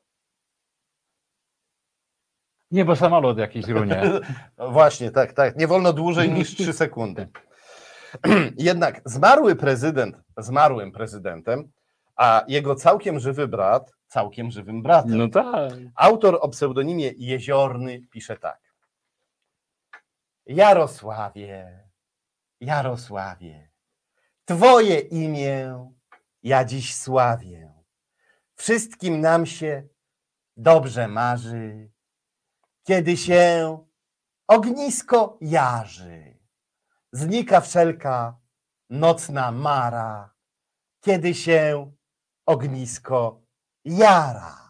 B: nie, bo samolot jakiś runie.
C: No właśnie, tak, tak, nie wolno dłużej niż trzy sekundy. Jednak zmarły prezydent zmarłym prezydentem, a jego całkiem żywy brat całkiem żywym bratem.
B: No tak.
C: Autor o pseudonimie Jeziorny pisze tak. Jarosławie, Jarosławie, Twoje imię ja dziś sławię. Wszystkim nam się dobrze marzy, kiedy się ognisko jarzy. Znika wszelka nocna mara, kiedy się ognisko jara.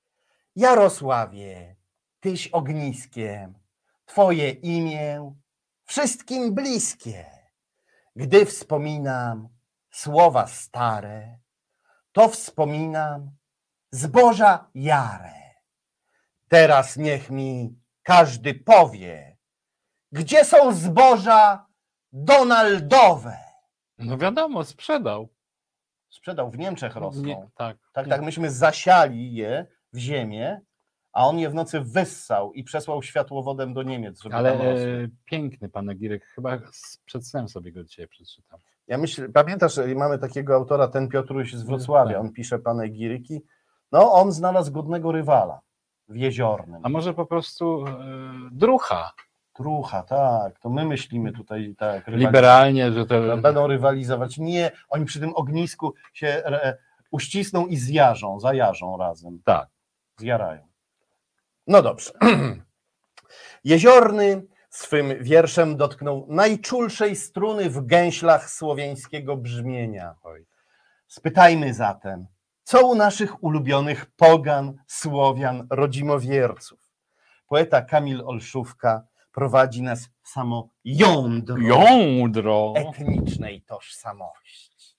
C: Jarosławie, tyś ogniskiem, Twoje imię wszystkim bliskie. Gdy wspominam słowa stare, to wspominam zboża jarę. Teraz niech mi każdy powie, gdzie są zboża donaldowe?
B: No wiadomo, sprzedał.
C: Sprzedał, w Niemczech rosną.
B: Nie, tak.
C: Tak, tak, myśmy zasiali je w ziemię, a on je w nocy wyssał i przesłał światłowodem do Niemiec, żeby
B: Ale
C: tam rosły.
B: e, piękny panegirek, chyba z- przed snem sobie go dzisiaj przeczytam.
C: Ja myślę, pamiętasz, że mamy takiego autora, ten Piotruś z Wrocławia, on pisze panegiryki. No, on znalazł godnego rywala w Jeziornym.
B: A może po prostu e, drucha.
C: Trucha, tak, to my myślimy tutaj tak. rywali-
B: Liberalnie, że to...
C: Będą rywalizować. Nie, oni przy tym ognisku się e, uścisną i zjarzą, zajarzą razem.
B: Tak.
C: Zjarają. No dobrze. Jeziorny swym wierszem dotknął najczulszej struny w gęślach słowiańskiego brzmienia.
B: Oj.
C: Spytajmy zatem, co u naszych ulubionych pogan, Słowian, rodzimowierców? Poeta Kamil Olszówka prowadzi nas w samo jądro
B: Jądro.
C: etnicznej tożsamości.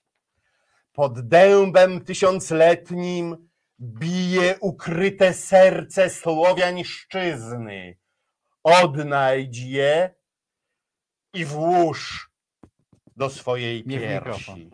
C: Pod dębem tysiącletnim bije ukryte serce słowiańszczyzny. Odnajdź je i włóż do swojej
B: Nie w
C: piersi.
B: mikrofon.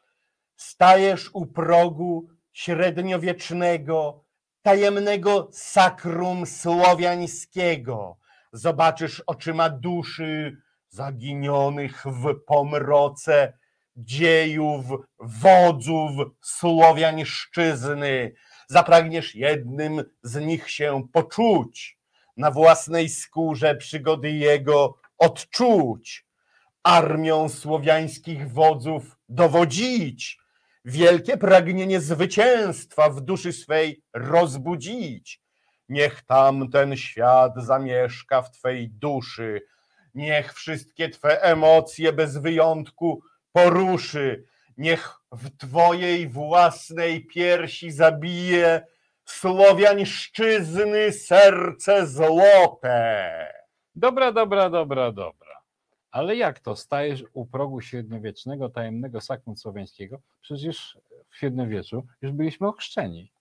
C: Stajesz u progu średniowiecznego, tajemnego sakrum słowiańskiego. Zobaczysz oczyma duszy zaginionych w pomroce dziejów, wodzów słowiańszczyzny. Zapragniesz jednym z nich się poczuć, na własnej skórze przygody jego odczuć, armią słowiańskich wodzów dowodzić, wielkie pragnienie zwycięstwa w duszy swej rozbudzić. Niech tamten świat zamieszka w twej duszy, niech wszystkie twe emocje bez wyjątku poruszy, niech w twojej własnej piersi zabije słowiańszczyzny serce złote.
B: Dobra, dobra, dobra, dobra. Ale jak to? Stajesz u progu średniowiecznego, tajemnego sakrum słowiańskiego? Przecież w średniowieczu już byliśmy ochrzczeni.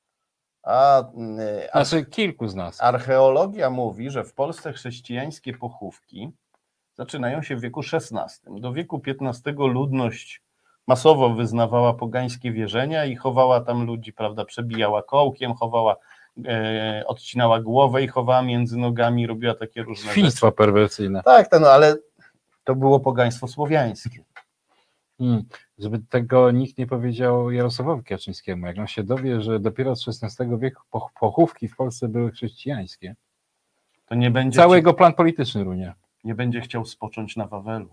C: A, a
B: Znaczy kilku z nas.
C: archeologia mówi, że w Polsce chrześcijańskie pochówki zaczynają się w wieku szesnastym. Do wieku piętnastego ludność masowo wyznawała pogańskie wierzenia i chowała tam ludzi, prawda, przebijała kołkiem, chowała, e, odcinała głowę i chowała między nogami, robiła takie różne
B: Świństwo
C: rzeczy.
B: perwersyjne.
C: Tak, to no, ale to było pogaństwo słowiańskie.
B: Hmm. Żeby tego nikt nie powiedział Jarosławowi Kaczyńskiemu. Jak on się dowie, że dopiero od szesnastego wieku poch- pochówki w Polsce były chrześcijańskie,
C: To nie będzie,
B: cały
C: chci-
B: jego plan polityczny runie.
C: nie będzie chciał spocząć na Wawelu.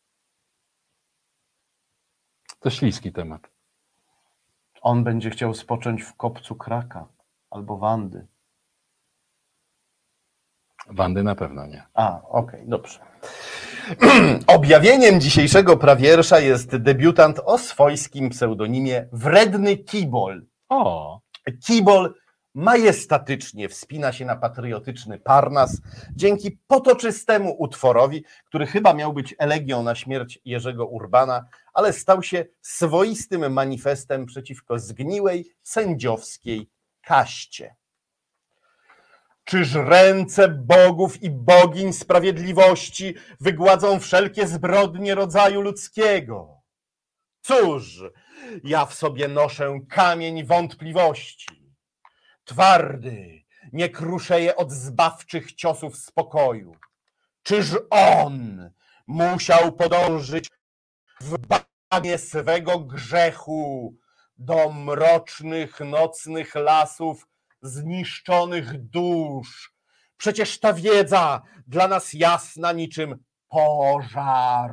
B: To śliski temat.
C: On będzie chciał spocząć w kopcu Kraka albo Wandy.
B: Wandy na pewno nie.
C: A, okej, dobrze. Objawieniem dzisiejszego prawiersza jest debiutant o swojskim pseudonimie Wredny Kibol.
B: O,
C: Kibol majestatycznie wspina się na patriotyczny Parnas dzięki potoczystemu utworowi, który chyba miał być elegią na śmierć Jerzego Urbana, ale stał się swoistym manifestem przeciwko zgniłej sędziowskiej kaście. Czyż ręce bogów i bogiń sprawiedliwości wygładzą wszelkie zbrodnie rodzaju ludzkiego? Cóż, ja w sobie noszę kamień wątpliwości. Twardy, nie kruszeje od zbawczych ciosów spokoju. Czyż on musiał podążyć w bagnie swego grzechu do mrocznych, nocnych lasów zniszczonych dusz? Przecież ta wiedza dla nas jasna niczym pożar,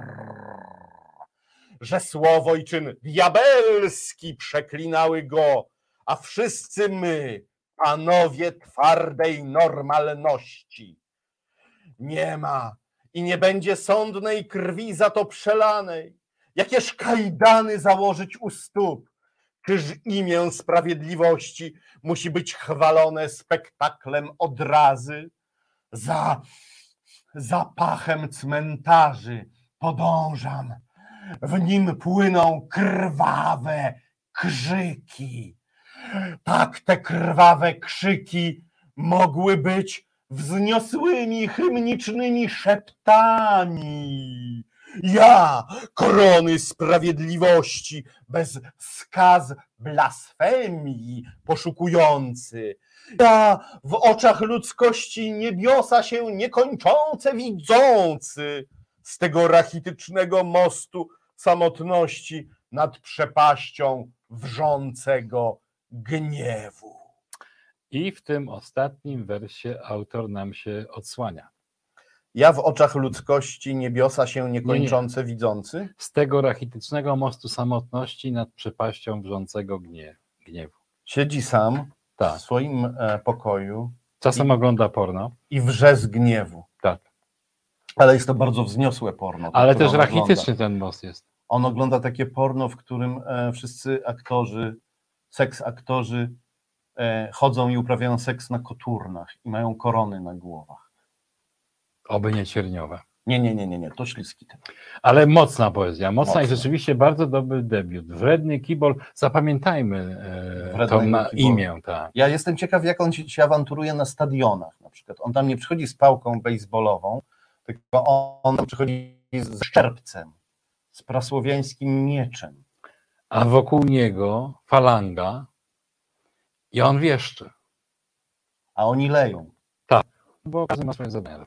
C: że słowo i czyn diabelski przeklinały go, a wszyscy my, panowie twardej normalności. Nie ma i nie będzie sądnej krwi za to przelanej. Jakież kajdany założyć u stóp? Czyż imię sprawiedliwości musi być chwalone spektaklem odrazy? Za zapachem cmentarzy podążam. W nim płyną krwawe krzyki. Tak te krwawe krzyki mogły być wzniosłymi, hymnicznymi szeptami. Ja, korony sprawiedliwości, bez skaz blasfemii poszukujący. Ja, w oczach ludzkości niebiosa się niekończące widzący, z tego rachitycznego mostu samotności nad przepaścią wrzącego gniewu.
B: i w tym ostatnim wersie autor nam się odsłania.
C: Ja w oczach ludzkości niebiosa się niekończące
B: Nie, nie.
C: widzący.
B: Z tego rachitycznego mostu samotności nad przepaścią wrzącego gniewu.
C: Siedzi sam
B: Tak.
C: w swoim pokoju.
B: Czasem
C: i,
B: ogląda porno.
C: I wrze z gniewu.
B: Tak.
C: Ale jest to bardzo wzniosłe porno.
B: Ale też
C: on
B: rachityczny
C: ogląda.
B: ten most jest.
C: On ogląda takie porno, w którym wszyscy aktorzy, seks aktorzy chodzą i uprawiają seks na koturnach i mają korony na głowach.
B: Oby nie cierniowe.
C: Nie, nie, nie, nie, nie, to śliski temat.
B: Ale mocna poezja, mocna, mocna i
C: Mocno.
B: rzeczywiście bardzo dobry debiut. Wredny Kibol, zapamiętajmy e, to na
C: Kibol.
B: imię. Tak.
C: Ja jestem ciekaw, jak on się awanturuje na stadionach na przykład. On tam nie przychodzi z pałką bejsbolową, tylko on tam przychodzi z szczerbcem, z prasłowiańskim mieczem.
B: A wokół niego falanga i on wieszczy.
C: A oni leją.
B: Tak, bo każdy ma swoje zadania.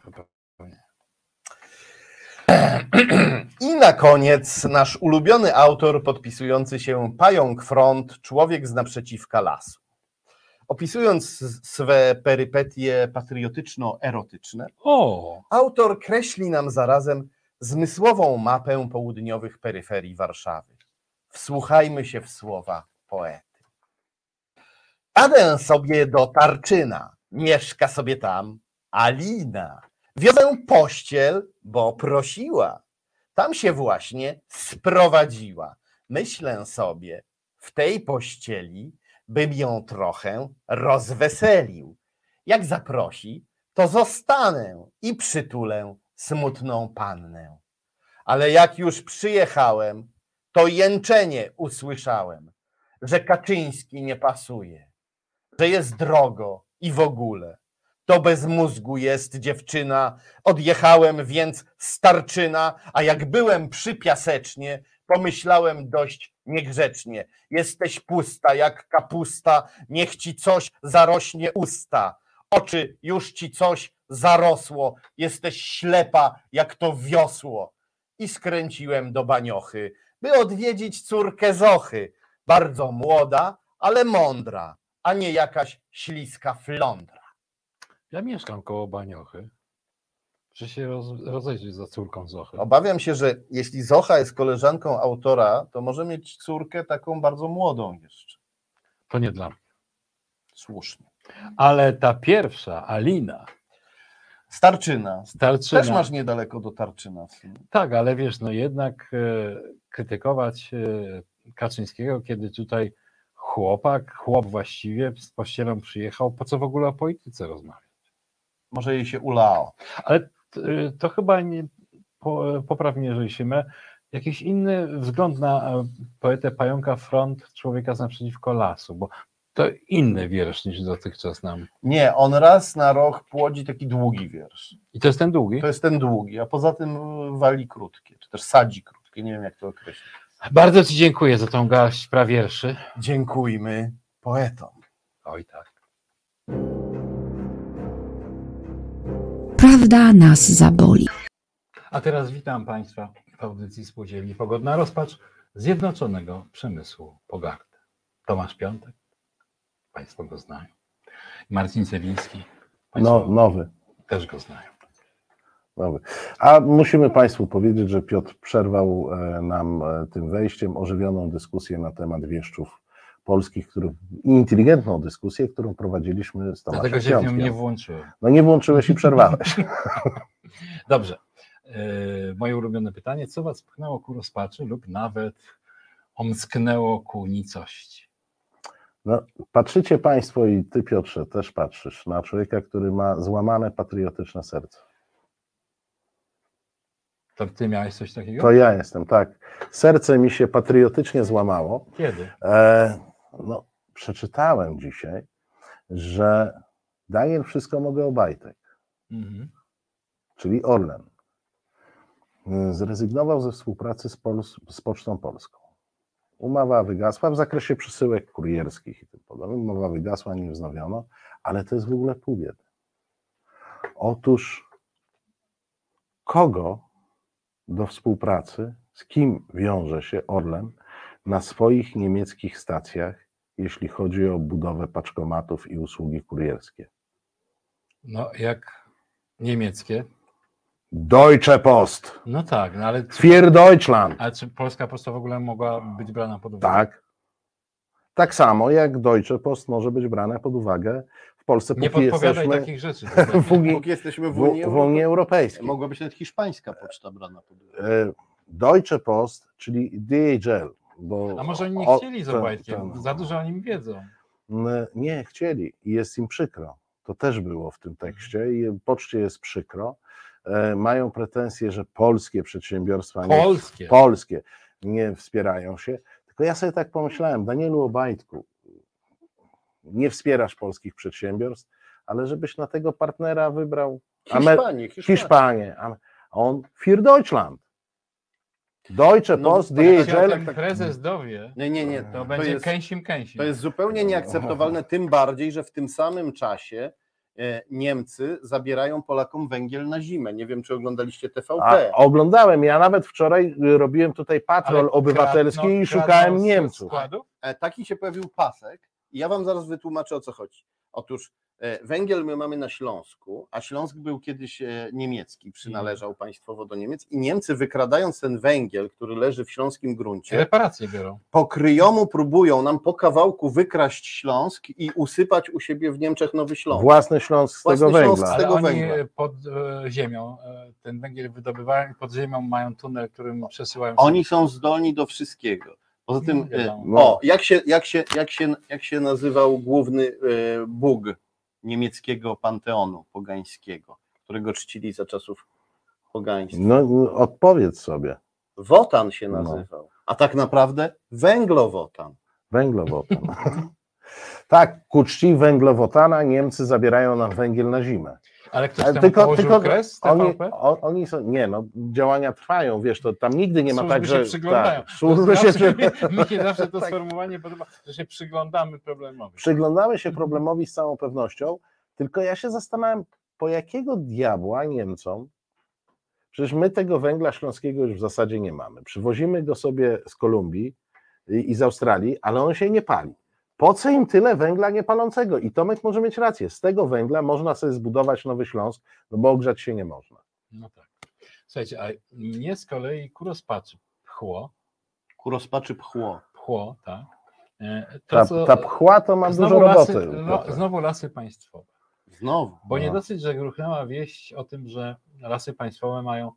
C: I na koniec nasz ulubiony autor podpisujący się Pająk Front, człowiek z naprzeciwka lasu. Opisując swe perypetie patriotyczno-erotyczne,
B: O!
C: autor kreśli nam zarazem zmysłową mapę południowych peryferii Warszawy. Wsłuchajmy się w słowa poety. Jadę sobie do Tarczyna, mieszka sobie tam Alina. Wiozę pościel, bo prosiła. Tam się właśnie sprowadziła. Myślę sobie, w tej pościeli bym ją trochę rozweselił. Jak zaprosi, to zostanę i przytulę smutną pannę. Ale jak już przyjechałem, to jęczenie usłyszałem, że Kaczyński nie pasuje, że jest drogo i w ogóle. To bez mózgu jest dziewczyna, odjechałem więc z Tarczyna, a jak byłem przy Piasecznie, pomyślałem dość niegrzecznie. Jesteś pusta jak kapusta, niech ci coś zarośnie usta. Oczy już ci coś zarosło, jesteś ślepa jak to wiosło. I skręciłem do Baniochy, by odwiedzić córkę Zochy. Bardzo młoda, ale mądra, a nie jakaś śliska flądra.
B: Ja mieszkam koło Baniochy. Muszę się roz, rozejrzeć za córką Zochy.
C: Obawiam się, że jeśli Zocha jest koleżanką autora, to może mieć córkę taką bardzo młodą jeszcze.
B: To nie dla mnie.
C: Słusznie.
B: Ale ta pierwsza, Alina,
C: Starczyna.
B: Starczyna.
C: Też masz niedaleko do Tarczyna. W sumie.
B: Tak, ale wiesz, no jednak e, krytykować e, Kaczyńskiego, kiedy tutaj chłopak, chłop właściwie z pościelą przyjechał, po co w ogóle o polityce rozmawiać?
C: Może jej się ulało.
B: Ale to, to chyba nie, po, popraw mnie, jeżeli się mylę, jakiś inny wzgląd na poetę Pająka, Front człowieka z naprzeciwko lasu, bo to inny wiersz niż dotychczas nam.
C: Nie, on raz na rok płodzi taki długi wiersz.
B: I to jest ten długi?
C: To jest ten długi, a poza tym wali krótkie, czy też sadzi krótkie, nie wiem jak to określić.
B: Bardzo ci dziękuję za tą garść prawierszy.
C: Dziękujmy poetom.
B: Oj tak.
A: Prawda nas zaboli.
B: A teraz witam Państwa w audycji Spółdzielni Pogodna Rozpacz Zjednoczonego Przemysłu Pogardy. Tomasz Piątek, Państwo go znają. Marcin Celiński, Państwo
D: No, nowy.
B: też go znają.
D: nowy. A musimy Państwu powiedzieć, że Piotr przerwał nam tym wejściem ożywioną dyskusję na temat wieszczów polskich, których, inteligentną dyskusję, którą prowadziliśmy z Tomaszem
B: Dlatego się w nią
D: Piątkiem.
B: nie włączyłem.
D: No nie włączyłeś i przerwałeś.
B: Dobrze. Moje ulubione pytanie. Co Was pchnęło ku rozpaczy lub nawet omsknęło ku nicości?
D: No, patrzycie Państwo i Ty, Piotrze, też patrzysz na człowieka, który ma złamane patriotyczne serce.
B: To Ty miałeś coś takiego?
D: To ja jestem, tak. Serce mi się patriotycznie złamało.
B: Kiedy?
D: E, no, przeczytałem dzisiaj, że Daniel Wszystko Mogę Obajtek,
B: Mhm.
D: czyli Orlen, zrezygnował ze współpracy z, Pols- z Pocztą Polską. Umowa wygasła w zakresie przesyłek kurierskich i tym podobnym. Umowa wygasła, nie wznowiono, ale to jest w ogóle pół biedy. Otóż kogo do współpracy, z kim wiąże się Orlen na swoich niemieckich stacjach, jeśli chodzi o budowę paczkomatów i usługi kurierskie?
B: No jak niemieckie?
D: Deutsche Post,
B: No tak, no ale, czy,
D: für Deutschland.
B: ale czy polska poczta w ogóle mogła być brana pod uwagę?
D: Tak. Tak samo jak Deutsche Post może być brana pod uwagę w Polsce,
B: Nie
D: póki
B: podpowiadaj
D: jesteśmy
B: takich rzeczy.
D: w Unii,
C: Póki jesteśmy w
D: w,
C: Unii,
D: w Unii Europejskiej.
C: mogła być nawet hiszpańska poczta brana pod uwagę.
D: E, Deutsche Post, czyli D H L. Bo
B: A może oni nie
D: o-
B: chcieli z
D: ten-
B: Obajtkiem?
D: ten-
B: Za dużo o nim wiedzą.
D: n- Nie, chcieli i jest im przykro. To też było w tym tekście i poczcie jest przykro. E, Mają pretensje, że polskie przedsiębiorstwa nie,
B: Polskie.
D: polskie nie wspierają się. Tylko ja sobie tak pomyślałem, Danielu Obajtku, nie wspierasz polskich przedsiębiorstw, ale żebyś na tego partnera wybrał Amer-
C: Hiszpanię, Hiszpanię.
D: Hiszpanię, a on für Deutschland. Deutsche
C: No,
D: Post,
C: tak,
D: D
B: Jak
D: H
B: się
D: L.
B: ten prezes dowie,
C: Nie, nie, nie.
B: to
C: To
B: będzie
C: jest,
B: kęsim kęsim.
C: to jest zupełnie nieakceptowalne, tym bardziej, że w tym samym czasie e, Niemcy zabierają Polakom węgiel na zimę. Nie wiem, czy oglądaliście T V P.
D: A, oglądałem, ja nawet wczoraj y, robiłem tutaj patrol
B: Ale
D: obywatelski
B: kradną-
D: i szukałem
B: kradną z
D: Niemców.
B: składu?
C: E, Taki się pojawił pasek i ja wam zaraz wytłumaczę, o co chodzi. Otóż e, węgiel my mamy na Śląsku, a Śląsk był kiedyś e, niemiecki, przynależał państwowo do Niemiec i Niemcy, wykradając ten węgiel, który leży w śląskim gruncie,
B: Reparacje biorą.
C: po kryjomu próbują nam po kawałku wykraść Śląsk i usypać u siebie w Niemczech Nowy Śląsk.
D: Własny Śląsk z
C: Własny
D: tego
C: Śląsk
D: węgla.
C: z
B: Ale
C: tego
B: oni
C: węgla.
B: pod e, ziemią e, ten węgiel wydobywają i pod ziemią mają tunel, którym przesyłają.
C: Oni są zdolni do wszystkiego. Poza tym,
B: No, wiadomo.
C: e, o, jak się, jak, się, jak, się, jak się nazywał główny e, bóg niemieckiego panteonu pogańskiego, którego czcili za czasów pogaństwa?
D: No, no odpowiedz sobie.
C: Wotan się
D: No.
C: nazywał, a tak naprawdę węglowotan.
D: Węglowotan. Tak, ku czci węglowotana Niemcy zabierają nam węgiel na zimę.
B: Ale ktoś
D: Ale
B: tam
D: tylko-
B: położył
D: tylko
B: kres?
D: Oni,
B: T V P?
D: o, oni są, nie no, działania trwają, wiesz, to tam nigdy nie ma
B: Służby
D: tak,
B: się
D: że...
B: przyglądają.
D: Tak, służby
B: To
D: się
B: zawsze,
D: przy...
B: mi się zawsze to
D: Tak.
B: sformułowanie podoba, że się przyglądamy problemowi.
D: Przyglądamy się problemowi z całą pewnością, tylko ja się zastanawiam, po jakiego diabła Niemcom, przecież my tego węgla śląskiego już w zasadzie nie mamy. Przywozimy go sobie z Kolumbii i, i z Australii, ale on się nie pali. Po co im tyle węgla niepalącego? I Tomek może mieć rację, z tego węgla można sobie zbudować Nowy Śląsk, no bo ogrzać się nie można.
B: No tak. Słuchajcie, a mnie z kolei ku rozpaczy pchło,
C: Ku rozpaczy pchło.
B: pchło, tak. E, To,
D: Ta,
B: co-
D: ta pchła to ma
B: znowu
D: dużo
B: lasy,
D: roboty.
B: no,
D: Piotrze.
B: znowu lasy państwowe.
C: Znowu.
B: Bo nie
D: No.
B: dosyć, że gruchnęła wieść o tym, że Lasy Państwowe mają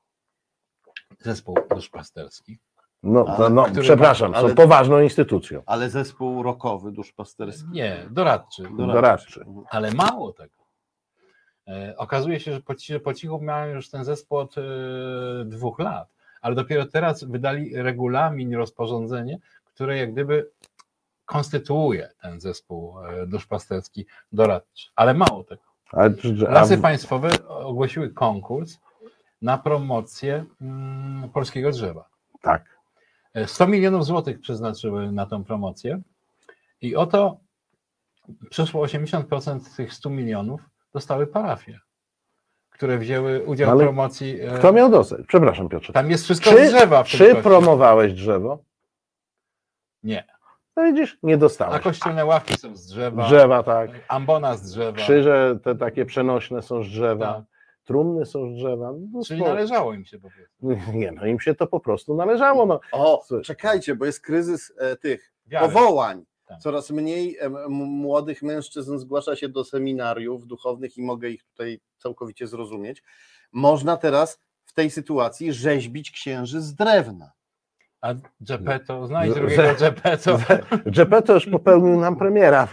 B: zespół duszpasterski.
D: No,
C: Ale-
D: no, no
B: który
D: przepraszam,
C: ma- ale-
D: są poważną instytucją.
C: Ale zespół rockowy, duszpasterski.
B: Nie, doradczy.
D: Doradczy.
B: Ale mało tego. E, okazuje się, że po, ci- po cichu mają już ten zespół od e, dwóch lat, ale dopiero teraz wydali regulamin, rozporządzenie, które jak gdyby konstytuuje ten zespół e, duszpasterski doradczy. Ale mało tego.
D: Ale, czy- a-
B: Lasy Państwowe ogłosiły konkurs na promocję mm, polskiego drzewa.
D: tak.
B: sto milionów złotych przeznaczyły na tą promocję i oto przeszło osiemdziesiąt procent tych stu milionów dostały parafie, które wzięły udział
D: Ale
B: w promocji. e,
D: Kto miał dostać? Przepraszam, Piotrze.
B: Tam jest wszystko
D: Czy,
B: z drzewa. w tym
D: czy
B: kościele.
D: promowałeś drzewo?
B: Nie.
D: No widzisz, nie
B: A
D: dostałeś.
B: kościelne ławki są z drzewa,
D: Drzewa, tak.
B: ambona z drzewa,
D: Krzyże te takie przenośne są z drzewa.
B: Tak.
D: Trumny są z drzewa. No,
B: czyli
D: spoko.
B: należało im się po prostu.
D: Nie, no im się to po prostu należało. No.
C: O,
D: Słuchaj.
C: czekajcie, bo jest kryzys e, tych
B: Wiary.
C: powołań.
B: Tak.
C: Coraz mniej em, m- młodych mężczyzn zgłasza się do seminariów duchownych i mogę ich tutaj całkowicie zrozumieć. Można teraz w tej sytuacji rzeźbić księży z drewna.
B: A Geppetto, znajdź
D: Że-
B: drugiego Geppetto.
D: Geppetto już popełnił nam premiera.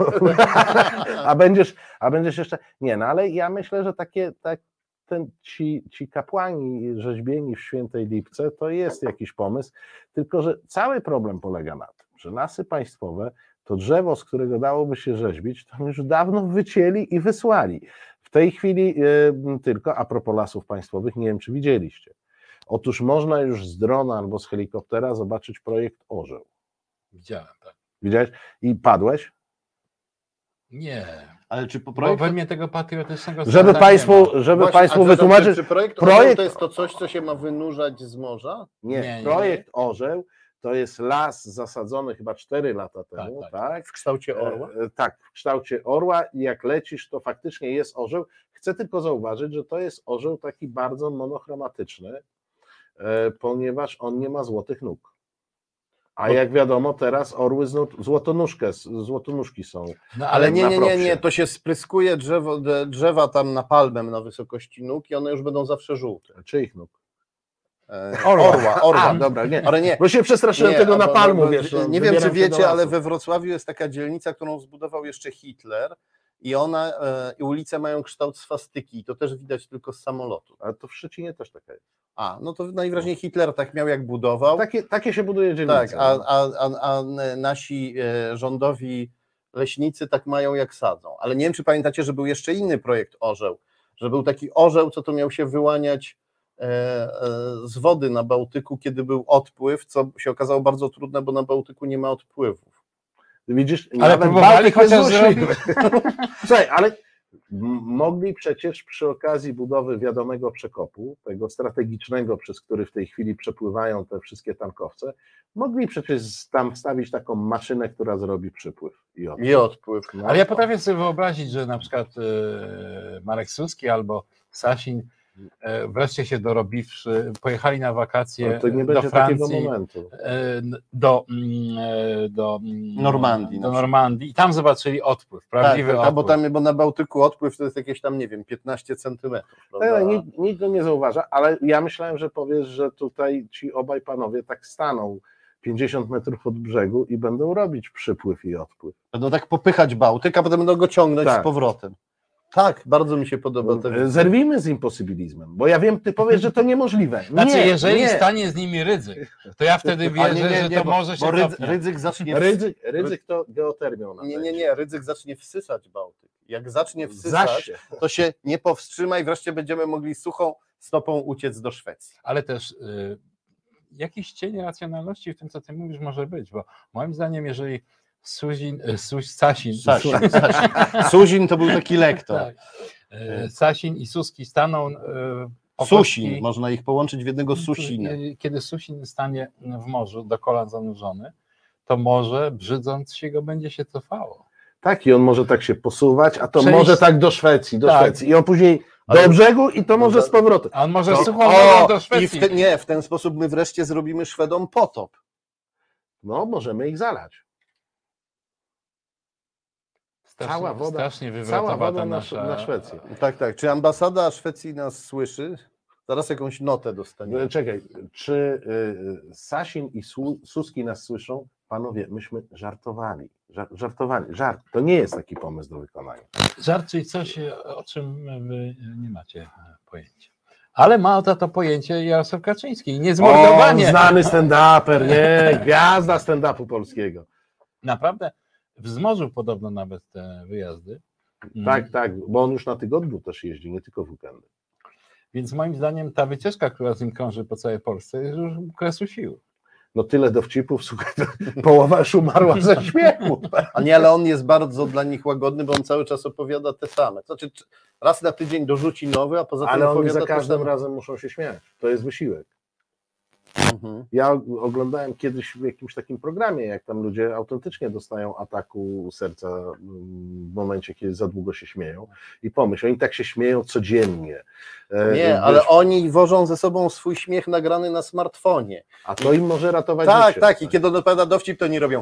D: A będziesz, a będziesz jeszcze. Nie, no ale ja myślę, że takie tak, ten, ci, ci kapłani rzeźbieni w Świętej Lipce to jest jakiś pomysł, tylko że cały problem polega na tym, że Lasy Państwowe to drzewo, z którego dałoby się rzeźbić, to już dawno wycięli i wysłali. W tej chwili y, tylko, a propos Lasów Państwowych, nie wiem, czy widzieliście. Otóż można już z drona albo z helikoptera zobaczyć projekt Orzeł.
B: Widziałem, tak.
D: Widziałeś? I padłeś?
B: Nie.
C: Ale czy po
B: Bo
C: projekcie...
B: we mnie tego patriotycznego
D: Żeby
B: serca
D: państwu,
B: nie ma.
D: żeby
C: Właśnie,
D: państwu
C: a to-
D: wytłumaczyć,
C: Czy, czy projekt,
D: projekt-
C: projekt to jest to coś, co się ma wynurzać z morza?
D: nie,
B: Nie, nie,
D: projekt Orzeł to jest las zasadzony chyba cztery lata temu,
B: tak,
D: tak?
C: W kształcie orła?
D: E, e, Tak, w kształcie orła i jak lecisz, to faktycznie jest orzeł. Chcę tylko zauważyć, że to jest orzeł taki bardzo monochromatyczny, e, ponieważ on nie ma złotych nóg. A jak wiadomo, teraz orły zno- złotonóżkę, złotonóżki są.
B: No,
C: Ale
B: ale
C: nie,
D: na
C: nie, nie,
D: propsie.
C: nie, to się spryskuje drzewo, de- drzewa tam napalmem na wysokości nóg i one już będą zawsze żółte.
D: Czyich nóg?
C: E,
D: Orła.
C: orła, orła.
D: A, dobra, nie.
C: Ale nie,
D: Bo się przestraszyłem
C: Nie,
D: tego
C: bo-
D: napalmu,
C: bo- bo-
D: wiesz. no,
C: Nie wiem, czy
D: wybieram się do
C: wiecie, ale
D: lasu.
C: we Wrocławiu jest taka dzielnica, którą zbudował jeszcze Hitler i ona, e, i ulice mają kształt swastyki i to też widać tylko z samolotu.
D: Ale to w Szczecinie też taka jest.
C: A, no to najwyraźniej Hitler tak miał, jak budował.
D: Takie, takie się buduje dzielnice.
C: Tak, a, a, a, a nasi e, rządowi leśnicy tak mają, jak sadzą. Ale nie wiem, czy pamiętacie, że był jeszcze inny projekt Orzeł, że był taki orzeł, co to miał się wyłaniać e, e, z wody na Bałtyku, kiedy był odpływ, co się okazało bardzo trudne, bo na Bałtyku nie ma odpływów.
D: Widzisz,
B: Ale
D: nawet
B: próbowali
D: Bałtyk jest
B: chociaż
D: złośliwy. Słuchaj, ale m- mogli przecież przy okazji budowy wiadomego przekopu, tego strategicznego, przez który w tej chwili przepływają te wszystkie tankowce, mogli przecież tam wstawić taką maszynę, która zrobi przypływ i odpływ.
C: I odpływ.
D: No.
B: Ale ja potrafię sobie wyobrazić, że na przykład e, Marek Suski albo Sasin, e, wreszcie się dorobiwszy, pojechali na wakacje
D: No to nie
B: do
D: będzie takiego
B: Francji,
D: momentu.
B: e, do, mm, e, do mm,
C: Normandii na
B: do
C: przykład.
B: Normandii i tam zobaczyli odpływ,
C: Tak,
B: prawdziwy
C: tak,
B: odpływ.
C: bo, tam, bo na Bałtyku odpływ to jest jakieś tam, nie wiem, piętnaście centymetrów. prawda?
D: Ale nikt, nikt go nie zauważa, ale ja myślałem, że powiesz, że tutaj ci obaj panowie tak staną pięćdziesiąt metrów od brzegu i będą robić przypływ i odpływ.
C: Będą tak popychać Bałtyk, a potem będą go ciągnąć
D: Tak.
C: z powrotem. Tak, bardzo mi się podoba to.
D: Zerwijmy z imposybilizmem, bo ja wiem, ty powiesz, że to niemożliwe.
B: Znaczy,
D: nie,
B: jeżeli
D: nie.
B: stanie z nimi Rydzyk, to ja wtedy
C: A
B: wierzę,
C: nie, nie,
B: że
C: nie,
B: to
C: bo,
B: może się
C: bo Rydzyk,
B: cofnie.
C: Rydzyk zacznie.
D: Ryzyk, ryzyk to geotermią.
C: Nie, nie,
D: napędzi.
C: nie, Rydzyk zacznie wsysać Bałtyk. Jak zacznie
D: Zaś
C: wsysać,
D: się.
C: to się nie powstrzyma i wreszcie będziemy mogli suchą stopą uciec do Szwecji.
B: Ale też y, jakiś cień racjonalności w tym, co ty mówisz, może być, bo moim zdaniem, jeżeli Suzin, y, Suś, Sasin,
C: Sasin, Sasin. Suzin to był taki lektor.
B: tak, y, Sasin i Suski staną y,
C: Susin,
B: Ochocki,
C: można ich połączyć w jednego Susina.
B: y, kiedy Susin stanie w morzu, do kolan zanurzony, to może brzydząc się go będzie się cofało.
D: Tak, i on może tak się posuwać, a to
B: Przejść-
D: może tak do Szwecji, do
B: Tak.
D: Szwecji. I on później
C: Ale-
D: do brzegu i to może z powrotem.
B: A on może
C: To-
B: suchą
C: o,
B: nogą do
C: I
B: Szwecji.
C: w te, nie, w ten sposób my wreszcie zrobimy Szwedom potop.
D: No, możemy ich zalać.
B: Strasznie,
D: cała woda,
B: strasznie
D: cała
B: wywrotowata
D: woda na,
B: nasza...
D: na Szwecję.
C: Tak, tak. Czy ambasada Szwecji nas słyszy? Zaraz jakąś notę dostaniemy.
D: Czekaj, czy y, Sasin i Su, Suski nas słyszą? Panowie, myśmy żartowali. Żar, żartowali. Żart. To nie jest taki pomysł do wykonania.
B: Żart, czyli coś, o czym wy nie macie pojęcia. Ale ma za to pojęcie Jarosław Kaczyński. I niezmordowanie.
D: O, znany stand-uper, nie, gwiazda stand-upu polskiego.
B: Naprawdę wzmożył podobno nawet te wyjazdy.
D: Tak, tak, bo on już na tygodniu też jeździ, nie tylko w weekendy.
B: Więc moim zdaniem ta wycieczka, która z nim krąży po całej Polsce, jest już kresu sił.
D: No tyle dowcipów, słuchaj, połowa już umarła ze śmiechu.
C: A nie, ale on jest bardzo dla nich łagodny, bo on cały czas opowiada te same. Znaczy raz na tydzień dorzuci nowy, a poza tym
D: Ale oni
C: opowiada
D: za
C: te
D: każdym
C: same.
D: razem muszą się śmiać. To jest wysiłek.
C: Mhm.
D: Ja oglądałem kiedyś w jakimś takim programie, jak tam ludzie autentycznie dostają ataku serca w momencie, kiedy za długo się śmieją. I pomyśl, oni tak się śmieją codziennie.
C: Nie,
D: Wiesz,
C: ale oni wożą ze sobą swój śmiech nagrany na smartfonie.
D: A to im może ratować
C: Tak,
D: życie.
C: tak. I kiedy on opowiada dowcip, to oni robią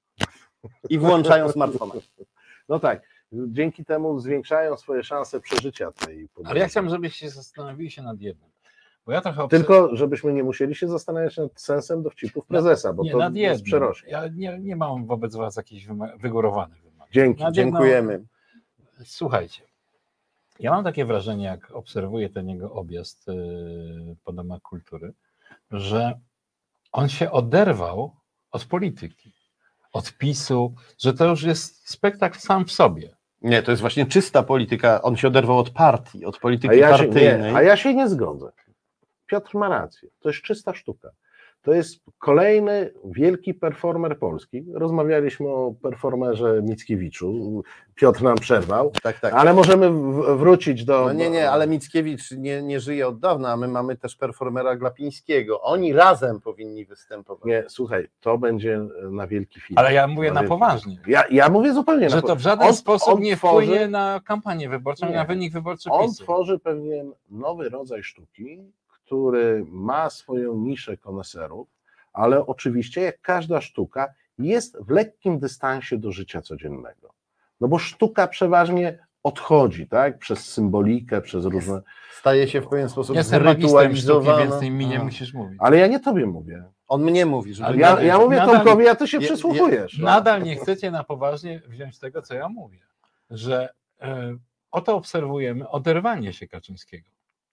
C: i włączają smartfona.
D: No tak, dzięki temu zwiększają swoje szanse przeżycia tej podróży.
B: Ale ja chciałbym, żebyście zastanowili się nad jednym. Bo ja trochę obser-
D: Tylko żebyśmy nie musieli się zastanawiać nad sensem dowcipów prezesa, bo
B: nie,
D: to
B: nad
D: jest
B: jednym.
D: przerośnie.
B: Ja nie, nie mam wobec was jakichś wyma- wygórowanych wymagań.
D: Dzięki.
B: Nad jedną-
C: Dziękujemy.
B: Słuchajcie, ja mam takie wrażenie, jak obserwuję ten jego objazd yy, po domach kultury, że on się oderwał od polityki, od PiSu, że to już jest spektakl sam w sobie.
C: Nie, to jest właśnie czysta polityka. On się oderwał od partii, od
D: A
C: polityki
D: ja, się,
C: partyjnej.
D: nie, a ja się nie zgodzę. Piotr ma rację. To jest czysta sztuka. To jest kolejny wielki performer polski. Rozmawialiśmy o performerze Mickiewiczu. Piotr nam przerwał,
C: Tak, tak.
D: ale możemy w- wrócić do...
C: No nie, nie, ale Mickiewicz nie, nie żyje od dawna, a my mamy też performera Glapińskiego. Oni razem powinni występować.
D: Nie, słuchaj, to będzie na wielki film.
B: Ale ja mówię na
D: wielki
B: poważnie,
D: film. Ja, ja mówię zupełnie
B: że
D: na
B: to w
D: poważnie.
B: żaden
D: On-
B: sposób
D: on
B: nie
D: tworzy-
B: wpłynie na kampanię wyborczą,
D: Nie.
B: na wynik wyborczy
D: On
B: PiSu.
D: tworzy pewien nowy rodzaj sztuki, który ma swoją niszę koneserów, ale oczywiście, jak każda sztuka, jest w lekkim dystansie do życia codziennego. No bo sztuka przeważnie odchodzi, tak? Przez symbolikę, przez różne...
C: Staje się w pewien sposób
B: Jestem magistrem sztuki,
C: zrytualizowana.
B: więc tej mi nie
C: A.
B: musisz mówić.
D: Ale ja nie tobie mówię.
C: On mnie mówi, że
B: Ale
D: Ja, ja mówię
B: Nadal-
D: Tomkowi, a ty się
C: je-
D: przysłuchujesz.
B: Nadal nie chcecie na poważnie wziąć tego, co ja mówię, że e, oto obserwujemy oderwanie się Kaczyńskiego.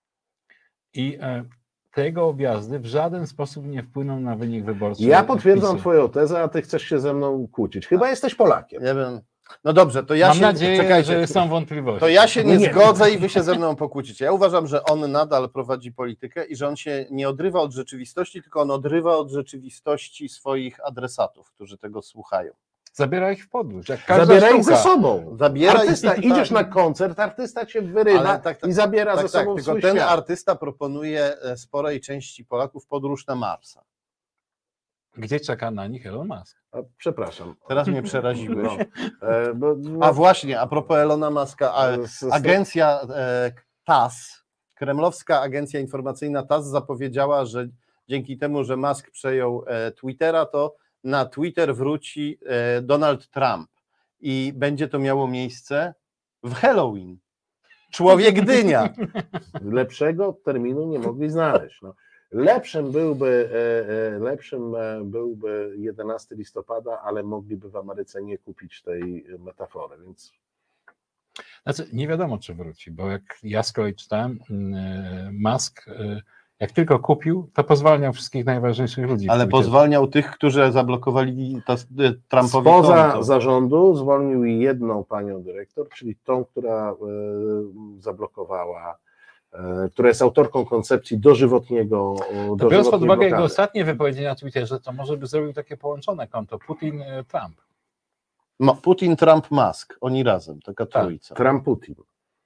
B: I e, te jego objazdy w żaden sposób nie wpłyną na wynik wyborczy.
D: Ja potwierdzam
B: PiSu.
D: twoją tezę, a ty chcesz się ze mną kłócić. Chyba jesteś Polakiem.
C: Ja bym... No dobrze, to ja
B: Mam
C: się...
B: nadzieję,
C: Czekajcie,
B: że są wątpliwości.
C: to ja się nie,
D: No nie.
C: zgodzę i wy się ze mną pokłócicie. Ja uważam, że on nadal prowadzi politykę i że on się nie odrywa od rzeczywistości, tylko on odrywa od rzeczywistości swoich adresatów, którzy tego słuchają.
B: Zabiera ich w podróż. Jak każda
D: Zabiera ich
B: sztuka.
D: ze sobą.
C: Zabiera
D: Artysta,
C: ich-
D: idziesz
C: tak.
D: na koncert, artysta cię wyrywa
C: Ale tak, tak,
D: i zabiera
C: Tak,
D: ze
C: tak,
D: sobą
C: tylko
D: swój
C: ten
D: świat.
C: artysta proponuje e, sporej części Polaków podróż na Marsa.
B: Gdzie czeka na nich Elon Musk.
D: A, przepraszam.
C: Teraz mnie przeraziłeś.
D: No, e, bo,
C: A właśnie, a propos Elona Muska, a,
D: z- z-
C: agencja e, T A S, kremlowska agencja informacyjna T A S zapowiedziała, że dzięki temu, że Musk przejął e, Twittera, to na Twitter wróci e, Donald Trump i będzie to miało miejsce w Halloween. Człowiek dynia.
D: lepszego terminu nie mogli znaleźć. No. Lepszym byłby, e, e, lepszym e, byłby jedenastego listopada, ale mogliby w Ameryce nie kupić tej metafory, więc
B: Znaczy, nie wiadomo, czy wróci, bo jak ja z kolei czytałem, yy, Musk, yy, jak tylko kupił, to pozwalniał wszystkich najważniejszych ludzi. w
C: Ale
B: Twitterze.
C: pozwalniał tych, którzy zablokowali to, e, Trumpowi
D: spoza
C: konto.
D: zarządu zwolnił jedną panią dyrektor, czyli tą, która e, zablokowała, e, która jest autorką koncepcji dożywotniego
B: To biorąc pod
D: dożywotniej
B: uwagę jego
D: blokady.
B: ostatnie wypowiedzi na Twitterze, to może by zrobił takie połączone konto Putin-Trump.
C: No, Putin, Trump, Musk. Oni razem, taka
B: Tak.
C: trójca.
D: Trump Putin.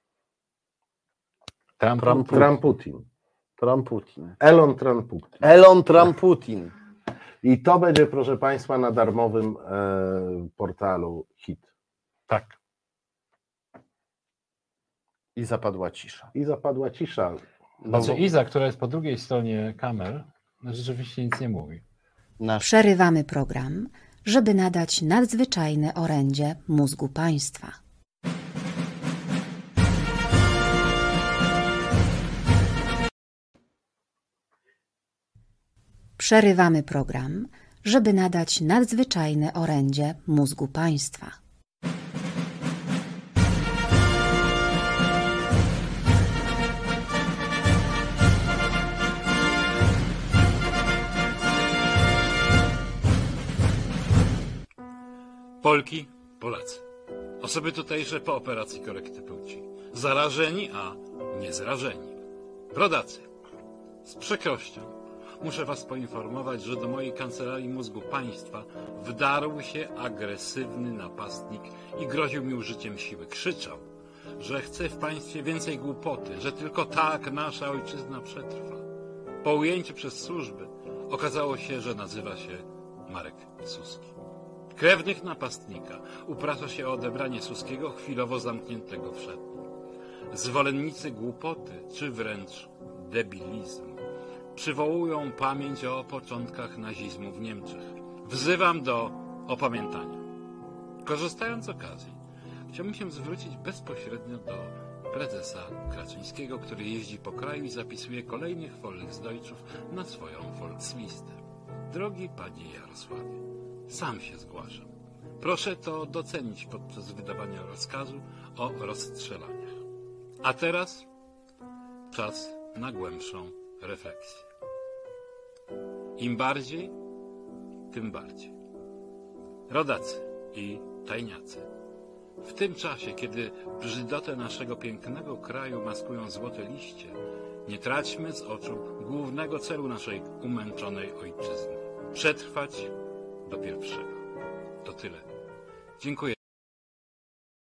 B: Trump,
C: Trump,
D: Trump Putin.
C: Trump, Putin.
D: Elon Trump Putin.
C: Elon, Trump, Putin.
D: I to będzie, proszę Państwa, na darmowym e, portalu Hit.
B: tak.
C: I zapadła cisza.
D: I zapadła cisza.
C: No,
B: Znaczy Iza, która jest po drugiej stronie kamer, rzeczywiście nic nie mówi.
C: nasz
A: Przerywamy program, żeby nadać nadzwyczajne orędzie mózgu państwa. Przerywamy program, żeby nadać nadzwyczajne orędzie mózgu państwa.
B: Polki, Polacy, osoby tutejsze po operacji korekty płci, zarażeni, a nie zrażeni, rodacy. Z przykrością muszę was poinformować, że do mojej kancelarii mózgu państwa wdarł się agresywny napastnik i groził mi użyciem siły. Krzyczał, że chce w państwie więcej głupoty, że tylko tak nasza ojczyzna przetrwa. Po ujęciu przez służby okazało się, że nazywa się Marek Suski. Krewnych napastnika uprasza się o odebranie Suskiego chwilowo zamkniętego w szatni. Zwolennicy głupoty, czy wręcz debilizmu, przywołują pamięć o początkach nazizmu w Niemczech. Wzywam do opamiętania. Korzystając z okazji, chciałbym się zwrócić bezpośrednio do prezesa Kaczyńskiego, który jeździ po kraju i zapisuje kolejnych Volksdeutschów na swoją Volkslistę. Drogi panie Jarosławie, sam się zgłaszam. Proszę to docenić podczas wydawania rozkazu o rozstrzelaniach. A teraz czas na głębszą refleksję. Im bardziej, tym bardziej. Rodacy i tajniacy. W tym czasie, kiedy brzydotę naszego pięknego kraju maskują złote liście, nie traćmy z oczu głównego celu naszej umęczonej ojczyzny. Przetrwać do pierwszego. To tyle. Dziękuję.